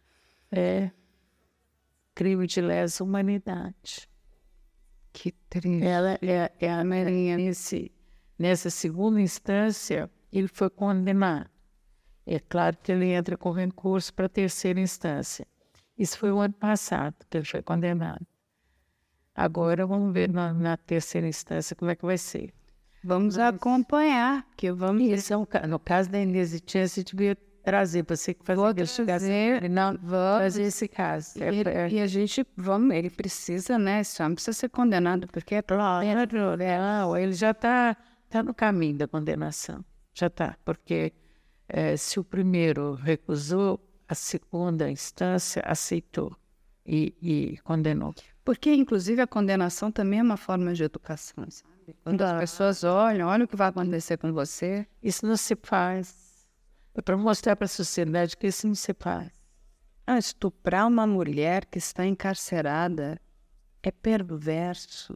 é crime de lesa humanidade. Que triste. Ela é, é a Marinha. Nesse, nessa segunda instância, ele foi condenado. É claro que ele entra com recurso para a terceira instância. Isso foi o ano passado que ele foi condenado. Agora vamos ver na, na terceira instância como é que vai ser. Vamos Mas, acompanhar, que vamos... Isso é um, no caso da Inês Etienne, você devia trazer para você que fazer, Vou trazer, não, vamos, fazer esse caso. E, é, e a gente, vamos, ele precisa, né, esse homem precisa ser condenado, porque é claro, não, ele já está tá no caminho da condenação, já está, porque é, se o primeiro recusou, a segunda instância aceitou e, e condenou. Porque, inclusive, a condenação também é uma forma de educação, sabe? Quando as pessoas olham, olha o que vai acontecer com você. Isso não se faz. É para mostrar para a sociedade que isso não se faz. Ah, estuprar uma mulher que está encarcerada é perverso.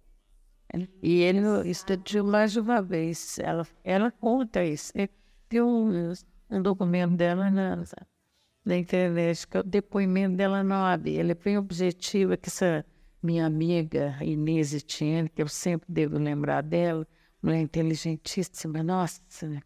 E ele, isso de mais de uma vez, ela, ela conta isso. Tem um, um documento dela na, na internet, que é o depoimento dela na O A B. Ele é bem objetivo, é que essa minha amiga Inês Etienne, que eu sempre devo lembrar dela, mulher inteligentíssima, nossa,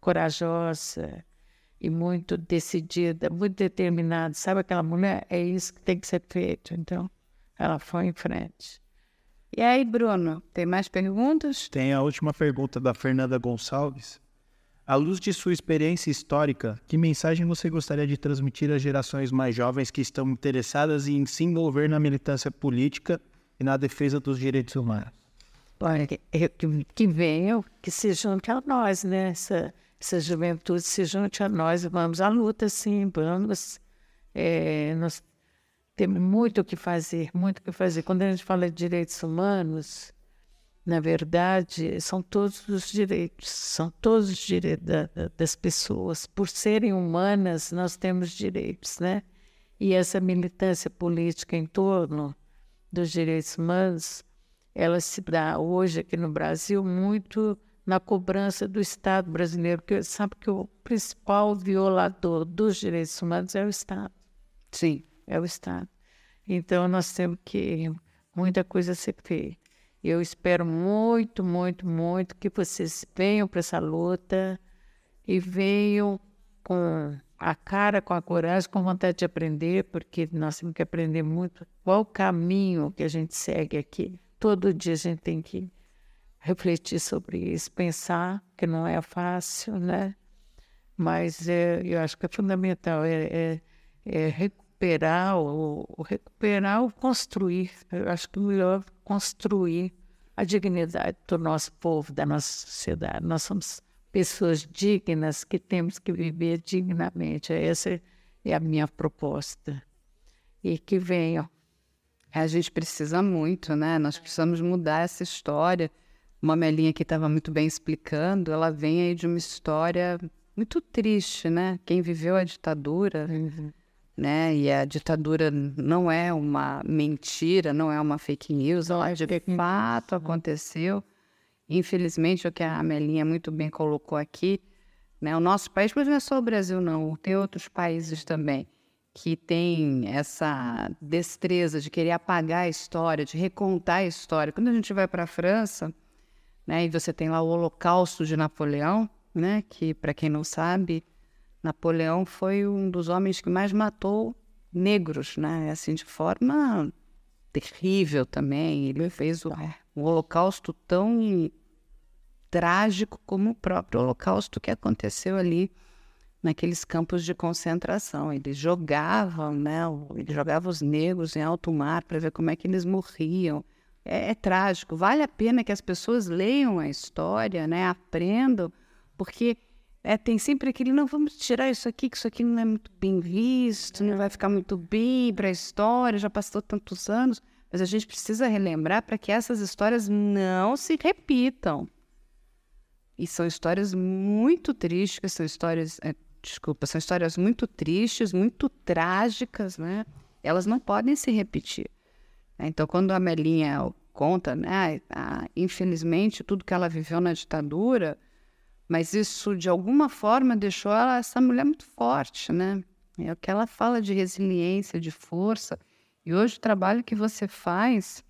corajosa e muito decidida, muito determinada. Sabe aquela mulher? É isso que tem que ser feito. Então, ela foi em frente. E aí, Bruno, tem mais perguntas? Tem a última pergunta da Fernanda Gonçalves. À luz de sua experiência histórica, que mensagem você gostaria de transmitir às gerações mais jovens que estão interessadas em se envolver na militância política e na defesa dos direitos humanos? Olha, que, que venham, que se junte a nós, né? Essa, essa juventude se junte a nós, vamos à luta, sim, vamos. É, nós temos muito o que fazer, muito o que fazer. Quando a gente fala de direitos humanos, na verdade, são todos os direitos, são todos os direitos da, da, das pessoas. Por serem humanas, nós temos direitos, né? E essa militância política em torno dos direitos humanos, ela se dá hoje aqui no Brasil muito na cobrança do Estado brasileiro, porque sabe que o principal violador dos direitos humanos é o Estado. Sim. É o Estado. Então, nós temos que muita coisa ser feita. Eu espero muito, muito, muito que vocês venham para essa luta e venham com a cara, com a coragem, com vontade de aprender, porque nós temos que aprender muito qual o caminho que a gente segue aqui. Todo dia a gente tem que refletir sobre isso, pensar que não é fácil, né? Mas é, eu acho que é fundamental, é, é, é recuperar, o, o recuperar o construir. Eu acho que o melhor é construir a dignidade do nosso povo, da nossa sociedade. Nós somos pessoas dignas que temos que viver dignamente. Essa é a minha proposta. E que venham. A gente precisa muito, né? Nós precisamos mudar essa história. Uma Melinha que estava muito bem explicando, ela vem aí de uma história muito triste, né? Quem viveu a ditadura, Uhum. né? E a ditadura não é uma mentira, não é uma fake news, ela de fato aconteceu. Infelizmente, o que a Melinha muito bem colocou aqui, né? O nosso país, mas não é só o Brasil, não. Tem outros países também que tem essa destreza de querer apagar a história, de recontar a história. Quando a gente vai para a França, né, e você tem lá o Holocausto de Napoleão, né, que, para quem não sabe, Napoleão foi um dos homens que mais matou negros, né, assim, de forma terrível também. Ele fez o, o Holocausto tão trágico como o próprio Holocausto que aconteceu ali naqueles campos de concentração. Eles jogavam, né? Eles jogavam os negros em alto mar para ver como é que eles morriam. É, é trágico. Vale a pena que as pessoas leiam a história, né? Aprendam, porque é, tem sempre aquele, não, vamos tirar isso aqui, que isso aqui não é muito bem visto, não vai ficar muito bem para a história, já passou tantos anos. Mas a gente precisa relembrar para que essas histórias não se repitam. E são histórias muito tristes, são histórias, é, desculpa, são histórias muito tristes, muito trágicas, né? Elas não podem se repetir. Então, quando a Melinha conta, né, ah, infelizmente, tudo que ela viveu na ditadura, mas isso, de alguma forma, deixou ela, essa mulher muito forte, né? É o que ela fala de resiliência, de força. E hoje o trabalho que você faz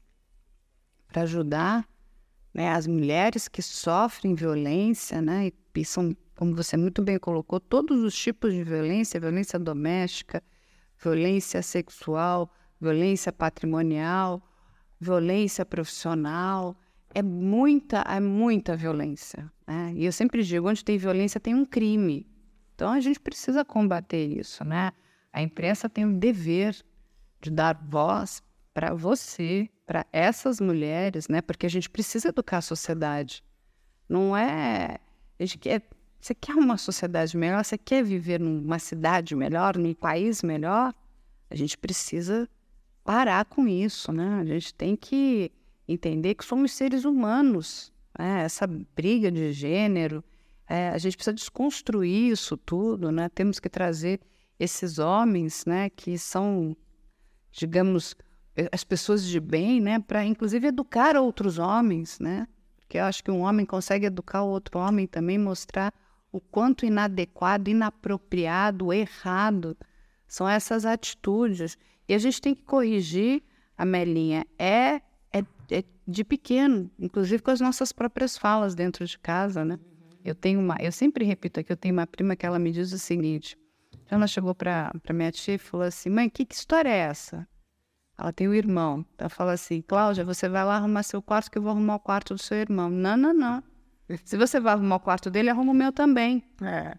para ajudar, né, as mulheres que sofrem violência, né, e, e são, como você muito bem colocou, todos os tipos de violência, violência doméstica, violência sexual, violência patrimonial, violência profissional, é muita, é muita violência, né? E eu sempre digo, onde tem violência tem um crime. Então a gente precisa combater isso, né? A imprensa tem o dever de dar voz para você, para essas mulheres, né? Porque a gente precisa educar a sociedade. Não é... A gente quer, você quer uma sociedade melhor? Você quer viver numa cidade melhor, num país melhor? A gente precisa parar com isso, né? A gente tem que entender que somos seres humanos, né? Essa briga de gênero, é, a gente precisa desconstruir isso tudo, né? Temos que trazer esses homens, né? Que são, digamos, as pessoas de bem, né? Para, inclusive, educar outros homens, né? Porque eu acho que um homem consegue educar o outro homem também, mostrar o quanto inadequado, inapropriado, errado são essas atitudes. E a gente tem que corrigir, a Melinha, é, é, é de pequeno, inclusive com as nossas próprias falas dentro de casa, né? Eu tenho uma, eu sempre repito aqui, eu tenho uma prima que ela me diz o seguinte, ela chegou para a minha tia e falou assim, mãe, que, que história é essa? Ela tem um irmão. Ela fala assim, Cláudia, você vai lá arrumar seu quarto que eu vou arrumar o quarto do seu irmão. Não, não, não. Se você vai arrumar o quarto dele, arruma o meu também. É.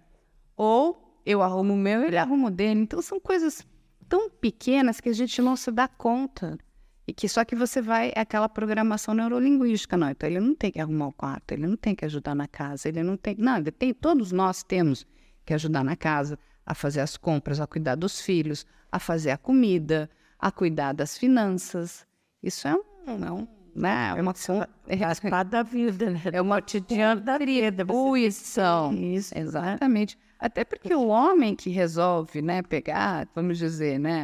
Ou eu arrumo o meu, ele arruma o dele. Então são coisas tão pequenas que a gente não se dá conta. E que só que você vai, é aquela programação neurolinguística, não. Então ele não tem que arrumar o quarto, ele não tem que ajudar na casa, ele não tem... Não, ele tem, todos nós temos que ajudar na casa, a fazer as compras, a cuidar dos filhos, a fazer a comida, a cuidar das finanças. Isso é um... É, um, né? é uma... Faz parte da vida, né? É uma cotidiano da vida. Buição. Isso, exatamente. Até porque o homem que resolve, né, pegar, vamos dizer, né,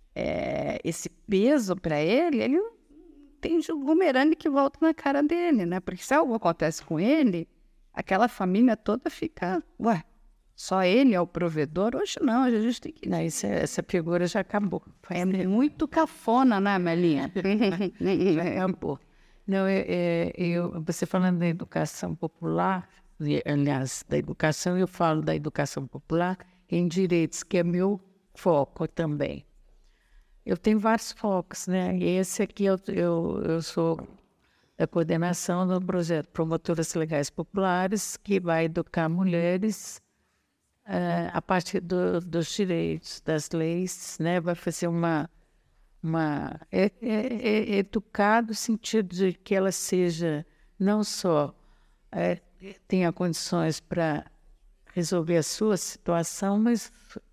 é, esse peso para ele, ele não tem bumerangue que volta na cara dele, né? Porque se algo acontece com ele, aquela família toda fica... Ué, só ele é o provedor? Hoje não, hoje a gente tem que... Não, isso, essa figura já acabou. É muito cafona, né, Melinha? Já acabou. Não, é, é, eu, você falando da educação popular, aliás, da educação, eu falo da educação popular em direitos, que é meu foco também. Eu tenho vários focos, né? E esse aqui eu, eu, eu sou da coordenação do projeto Promotoras Legais Populares, que vai educar mulheres uh, a partir do, dos direitos, das leis, né? Vai fazer uma... uma é, é, é educar no sentido de que ela seja não só é, tenha condições para resolver a sua situação, mas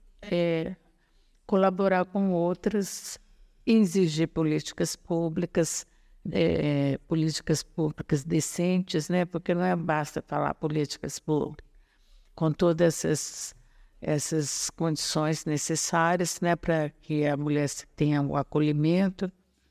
é, colaborar com outras, exigir políticas públicas, é, políticas públicas decentes, né? Porque não é basta falar políticas públicas, com todas essas, essas condições necessárias, né, para que a mulher tenha o acolhimento.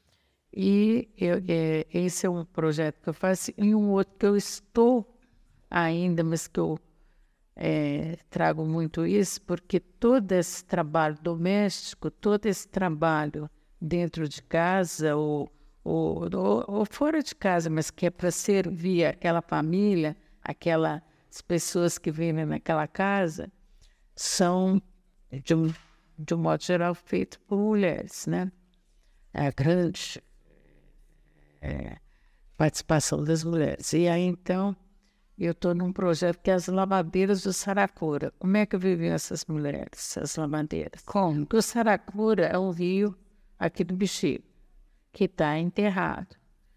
E eu, é, esse é um projeto que eu faço, e um outro que eu estou ainda, mas que eu É, trago muito isso, porque todo esse trabalho doméstico, todo esse trabalho dentro de casa ou, ou, ou, ou fora de casa, mas que é para servir aquela família, aquelas pessoas que vivem naquela casa, são, de um, de um modo geral, feitos por mulheres, né? A grande é, participação das mulheres. E aí, então, eu estou num projeto que é as lavadeiras do Saracura. Como é que viviam essas mulheres, as lavadeiras? Como? Porque o Saracura é um rio aqui do Bexiga, que está enterrado.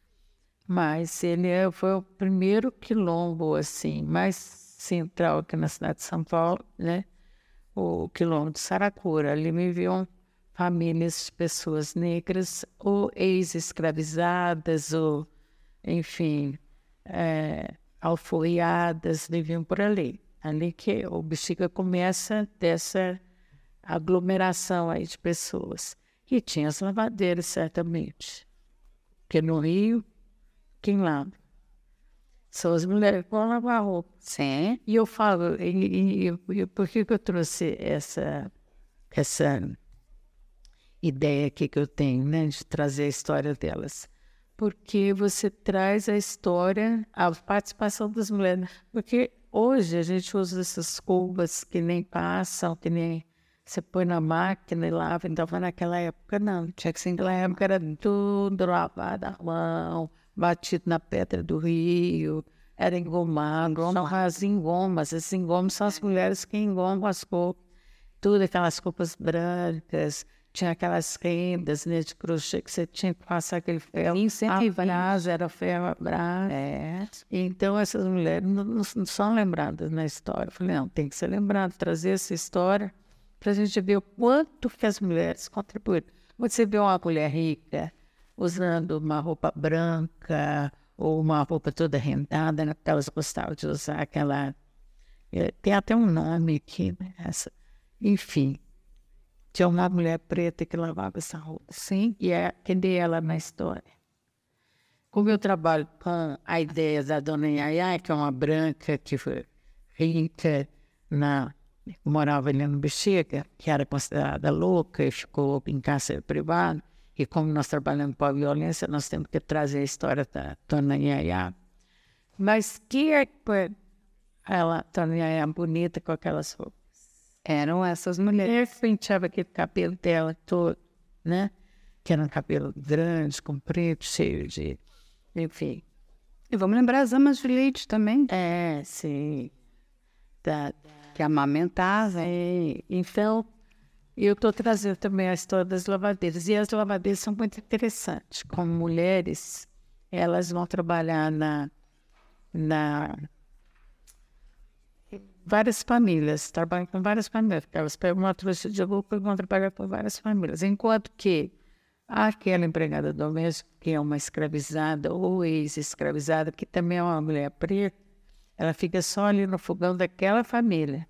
Mas ele é, foi o primeiro quilombo, assim, mais central aqui na cidade de São Paulo, né? O quilombo de Saracura. Ali viviam famílias de pessoas negras, ou ex-escravizadas, ou, enfim, é, alforriadas, viviam por ali. Ali que o Bexiga começa dessa aglomeração aí de pessoas. E tinha as lavadeiras, certamente. Porque no Rio, quem lava? São as mulheres que vão lavar roupa. Sim. E eu falo, e, e, e, e por que, que eu trouxe essa, essa ideia aqui que eu tenho, né, de trazer a história delas? Porque você traz a história, a participação das mulheres. Porque hoje a gente usa essas escovas que nem passam, que nem você põe na máquina e lava. Então, naquela época, não. Tinha que ser Naquela época era tudo lavado à mão, batido na pedra do rio, era engomado, as engomas. As engomas são as mulheres que engomam as roupas. Tudo aquelas roupas brancas. Tinha aquelas rendas, né, de crochê que você tinha que passar aquele ferro. A brasa era ferro a brasa. É. Então, essas mulheres não, não, não são lembradas na história. Eu falei, não, tem que ser lembrado, trazer essa história para a gente ver o quanto que as mulheres contribuíram. Você vê uma mulher rica usando uma roupa branca ou uma roupa toda rendada, né, porque elas gostavam de usar aquela... Tem até um nome aqui, né, essa, enfim... Tinha uma mulher preta que lavava essa roupa. Sim. E é, cadê ela na história? Como eu trabalho com a ideia da dona Yaya, que é uma branca que foi rica, na, morava ali no Bexiga, que era considerada louca e ficou em cárcere privado. E como nós trabalhamos com a violência, nós temos que trazer a história da dona Yaya. Mas que é que ela, dona Yaya, bonita com aquelas roupas? Eram essas mulheres. Eu penteava aquele cabelo dela todo, né? Que era um cabelo grande, comprido, cheio de... Enfim. E vamos lembrar as amas de leite também, É, sim. Da, da... que amamentavam. É, então, eu estou trazendo também a história das lavadeiras. E as lavadeiras são muito interessantes. Como mulheres, elas vão trabalhar na... na várias famílias, trabalham com várias famílias, porque elas pegam uma trouxa de roupa e vão trabalhar com várias famílias. Enquanto que aquela empregada doméstica, que é uma escravizada ou ex-escravizada, que também é uma mulher preta, ela fica só ali no fogão daquela família.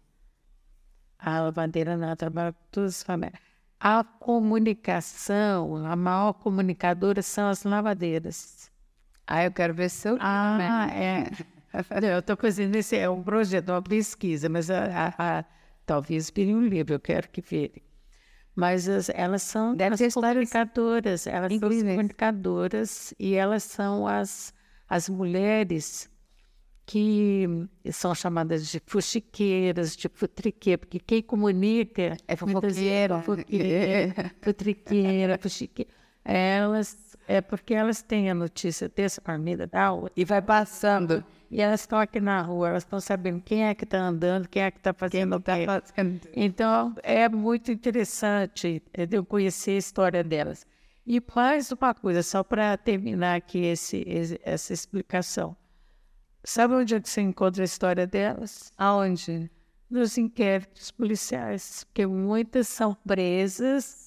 A lavadeira não, trabalha com todas as famílias. A comunicação, a maior comunicadora são as lavadeiras. Ah, eu quero ver seu... Ah, é... Não, eu estou fazendo esse, é um projeto, uma pesquisa, mas a, a, a, talvez vire um livro, eu quero que vire. Mas as, elas são Deve as comunicadoras, elas são as comunicadoras e elas são as, as mulheres que são chamadas de fuxiqueiras, de futriqueira, porque quem comunica é fofoqueira, fofoqueira, futriqueira, fuxiqueira. Elas, é porque elas têm a notícia dessa família da outra. E vai passando. E elas estão aqui na rua, elas estão sabendo quem é que está andando, quem é que está fazendo o quê. Então, é muito interessante eu conhecer a história delas. E mais uma coisa, só para terminar aqui esse, esse, essa explicação. Sabe onde é que você encontra a história delas? Aonde? Nos inquéritos policiais, porque muitas são presas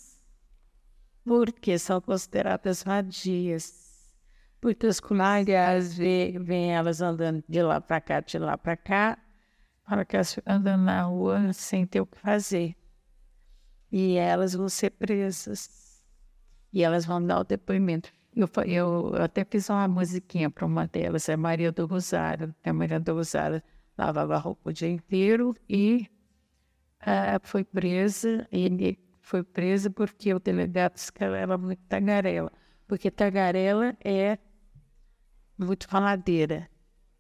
porque são consideradas vadias. Porque os colegas veem elas andando de lá para cá, de lá para cá, para que elas ficam andando na rua sem ter o que fazer. E elas vão ser presas. E elas vão dar o depoimento. Eu, eu, eu até fiz uma musiquinha para uma delas, é Maria do Rosário. A Maria do Rosário lavava a roupa o dia inteiro e uh, foi presa. E foi presa porque o delegado disse que ela era muito tagarela. Porque tagarela é muito faladeira.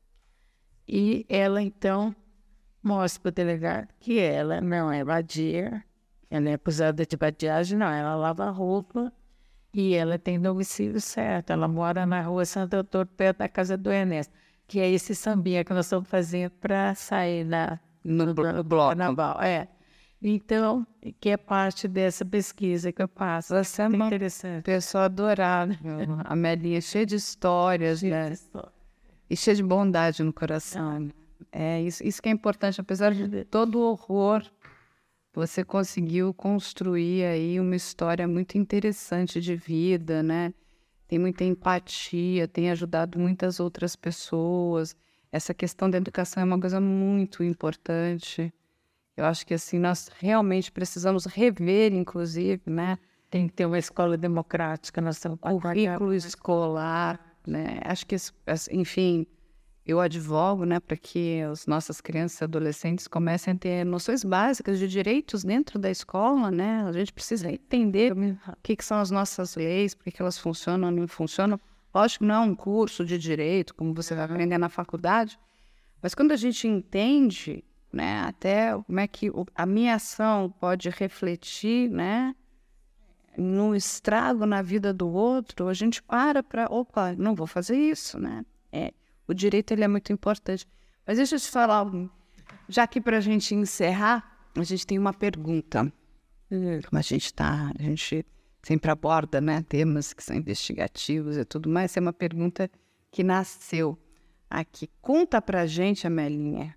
E ela, então, mostra para o delegado que ela não é vadia, ela é acusada de vadiagem, não, ela lava roupa e ela tem domicílio certo, ela mora na rua Santo Antônio, perto da casa do Ernesto. que é esse sambinha que nós estamos fazendo para sair na, No, no, blo- no bloco. carnaval. É. Então, que é parte dessa pesquisa que eu faço. Você é Muito uma interessante. pessoa adorável. A Melinha é cheia de histórias, né? Isso. E cheia de bondade no coração. né? É isso, isso que é importante. Apesar de todo o horror, você conseguiu construir aí uma história muito interessante de vida, né? Tem muita empatia, tem ajudado muitas outras pessoas. Essa questão da educação é uma coisa muito importante. Eu acho que assim nós realmente precisamos rever, inclusive, né? Tem que ter uma escola democrática. Nós estamos O currículo escolar, né? Acho que, esse- esse- enfim, eu advogo, né, para que as nossas crianças e adolescentes comecem a ter noções básicas de direitos dentro da escola, né? A gente precisa entender o que, que são as nossas leis, por que que elas funcionam ou não funcionam. Lógico que não é um curso de direito, como você vai aprender na faculdade, mas quando a gente entende, né, até como é que o- a minha ação pode refletir, né, no estrago na vida do outro, a gente para para, opa, não vou fazer isso, né? É, o direito ele é muito importante. Mas deixa eu te falar, algo. Já que para a gente encerrar, a gente tem uma pergunta. Como a gente tá, a gente sempre aborda, né, temas que são investigativos e tudo mais, é uma pergunta que nasceu aqui. Conta pra gente, Amelinha,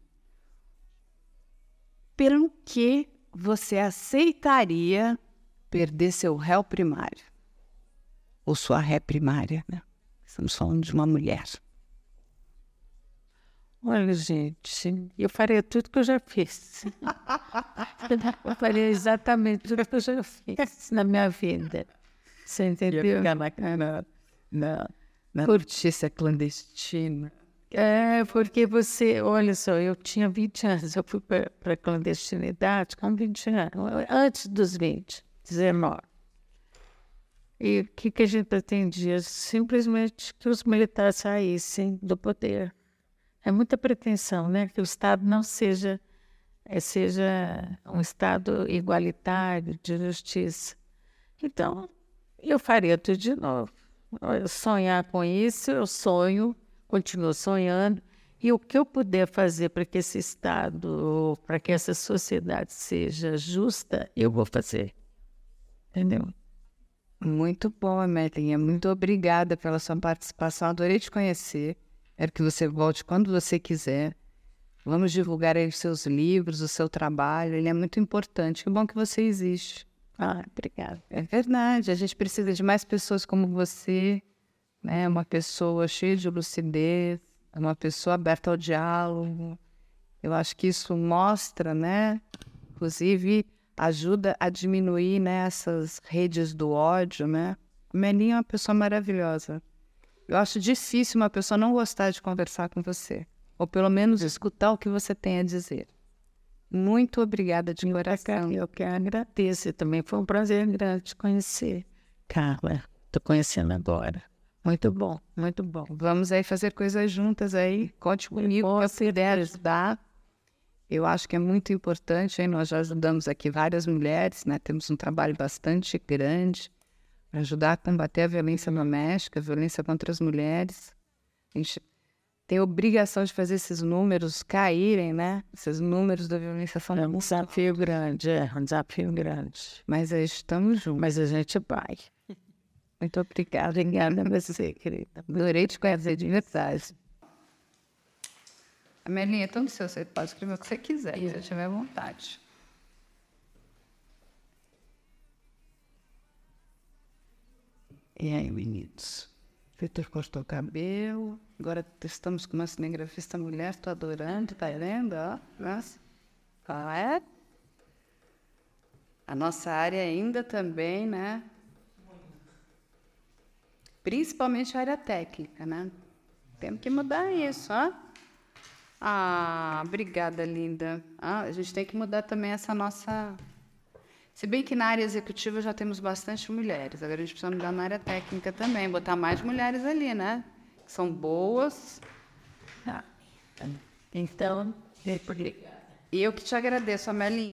pelo que você aceitaria perder seu réu primário? Ou sua ré primária, né? Estamos falando de uma mulher. Olha, gente, eu faria tudo que eu já fiz. Eu faria exatamente tudo que eu já fiz na minha vida. Você entendeu? na cara, na, na notícia clandestina. É, porque você, olha só, eu tinha vinte anos, eu fui para a clandestinidade com vinte anos, antes dos vinte, dezenove. E o que, que a gente pretendia? Simplesmente que os militares saíssem do poder. É muita pretensão, né? Que o Estado não seja, eh, seja um Estado igualitário, de justiça. Então, eu faria tudo de novo. Eu sonhar com isso, eu sonho, continuo sonhando. E o que eu puder fazer para que esse Estado, para que essa sociedade seja justa, eu vou fazer. Entendeu? Muito bom, Amelinha. Muito obrigada pela sua participação. Adorei te conhecer. Quero que você volte quando você quiser. Vamos divulgar aí os seus livros, o seu trabalho. Ele é muito importante. Que bom que você existe. Ah, obrigada. É verdade. A gente precisa de mais pessoas como você, né? Uma pessoa cheia de lucidez, uma pessoa aberta ao diálogo. Eu acho que isso mostra, né? Inclusive, ajuda a diminuir, né, essas redes do ódio, né? A Melinha é uma pessoa maravilhosa. Eu acho difícil uma pessoa não gostar de conversar com você, ou pelo menos escutar o que você tem a dizer. Muito obrigada de coração. Eu que agradeço. Também foi um prazer grande te conhecer, Carla. Estou conhecendo agora. Muito bom, muito bom. Vamos aí fazer coisas juntas aí. Conte comigo se eu puder ajudar. Eu acho que é muito importante, hein? Nós já ajudamos aqui várias mulheres, né? Temos um trabalho bastante grande para ajudar a combater a violência doméstica, a violência contra as mulheres. A gente tem a obrigação de fazer esses números caírem, né? Esses números da violência são É um desafio grande, é um desafio grande. Mas aí estamos juntos. Mas a gente vai. Muito obrigada. Obrigada a você, querida. Adorei te conhecer de verdade. Amelinha, é tudo seu. Você pode escrever o que você quiser, se você tiver vontade. E aí, meninos? Vitor cortou o cabelo. Agora estamos com uma cinegrafista mulher. Estou adorando, tá vendo? Ó, nossa. Qual é? A nossa área ainda também, né? Principalmente a área técnica, né? Temos que mudar isso, ó. Ah, obrigada, linda. Ah, a gente tem que mudar também essa nossa... Se bem que na área executiva já temos bastante mulheres. Agora a gente precisa mudar na área técnica também, botar mais mulheres ali, né? Que são boas. Tá. Então, obrigada. E eu que te agradeço, Amelinha.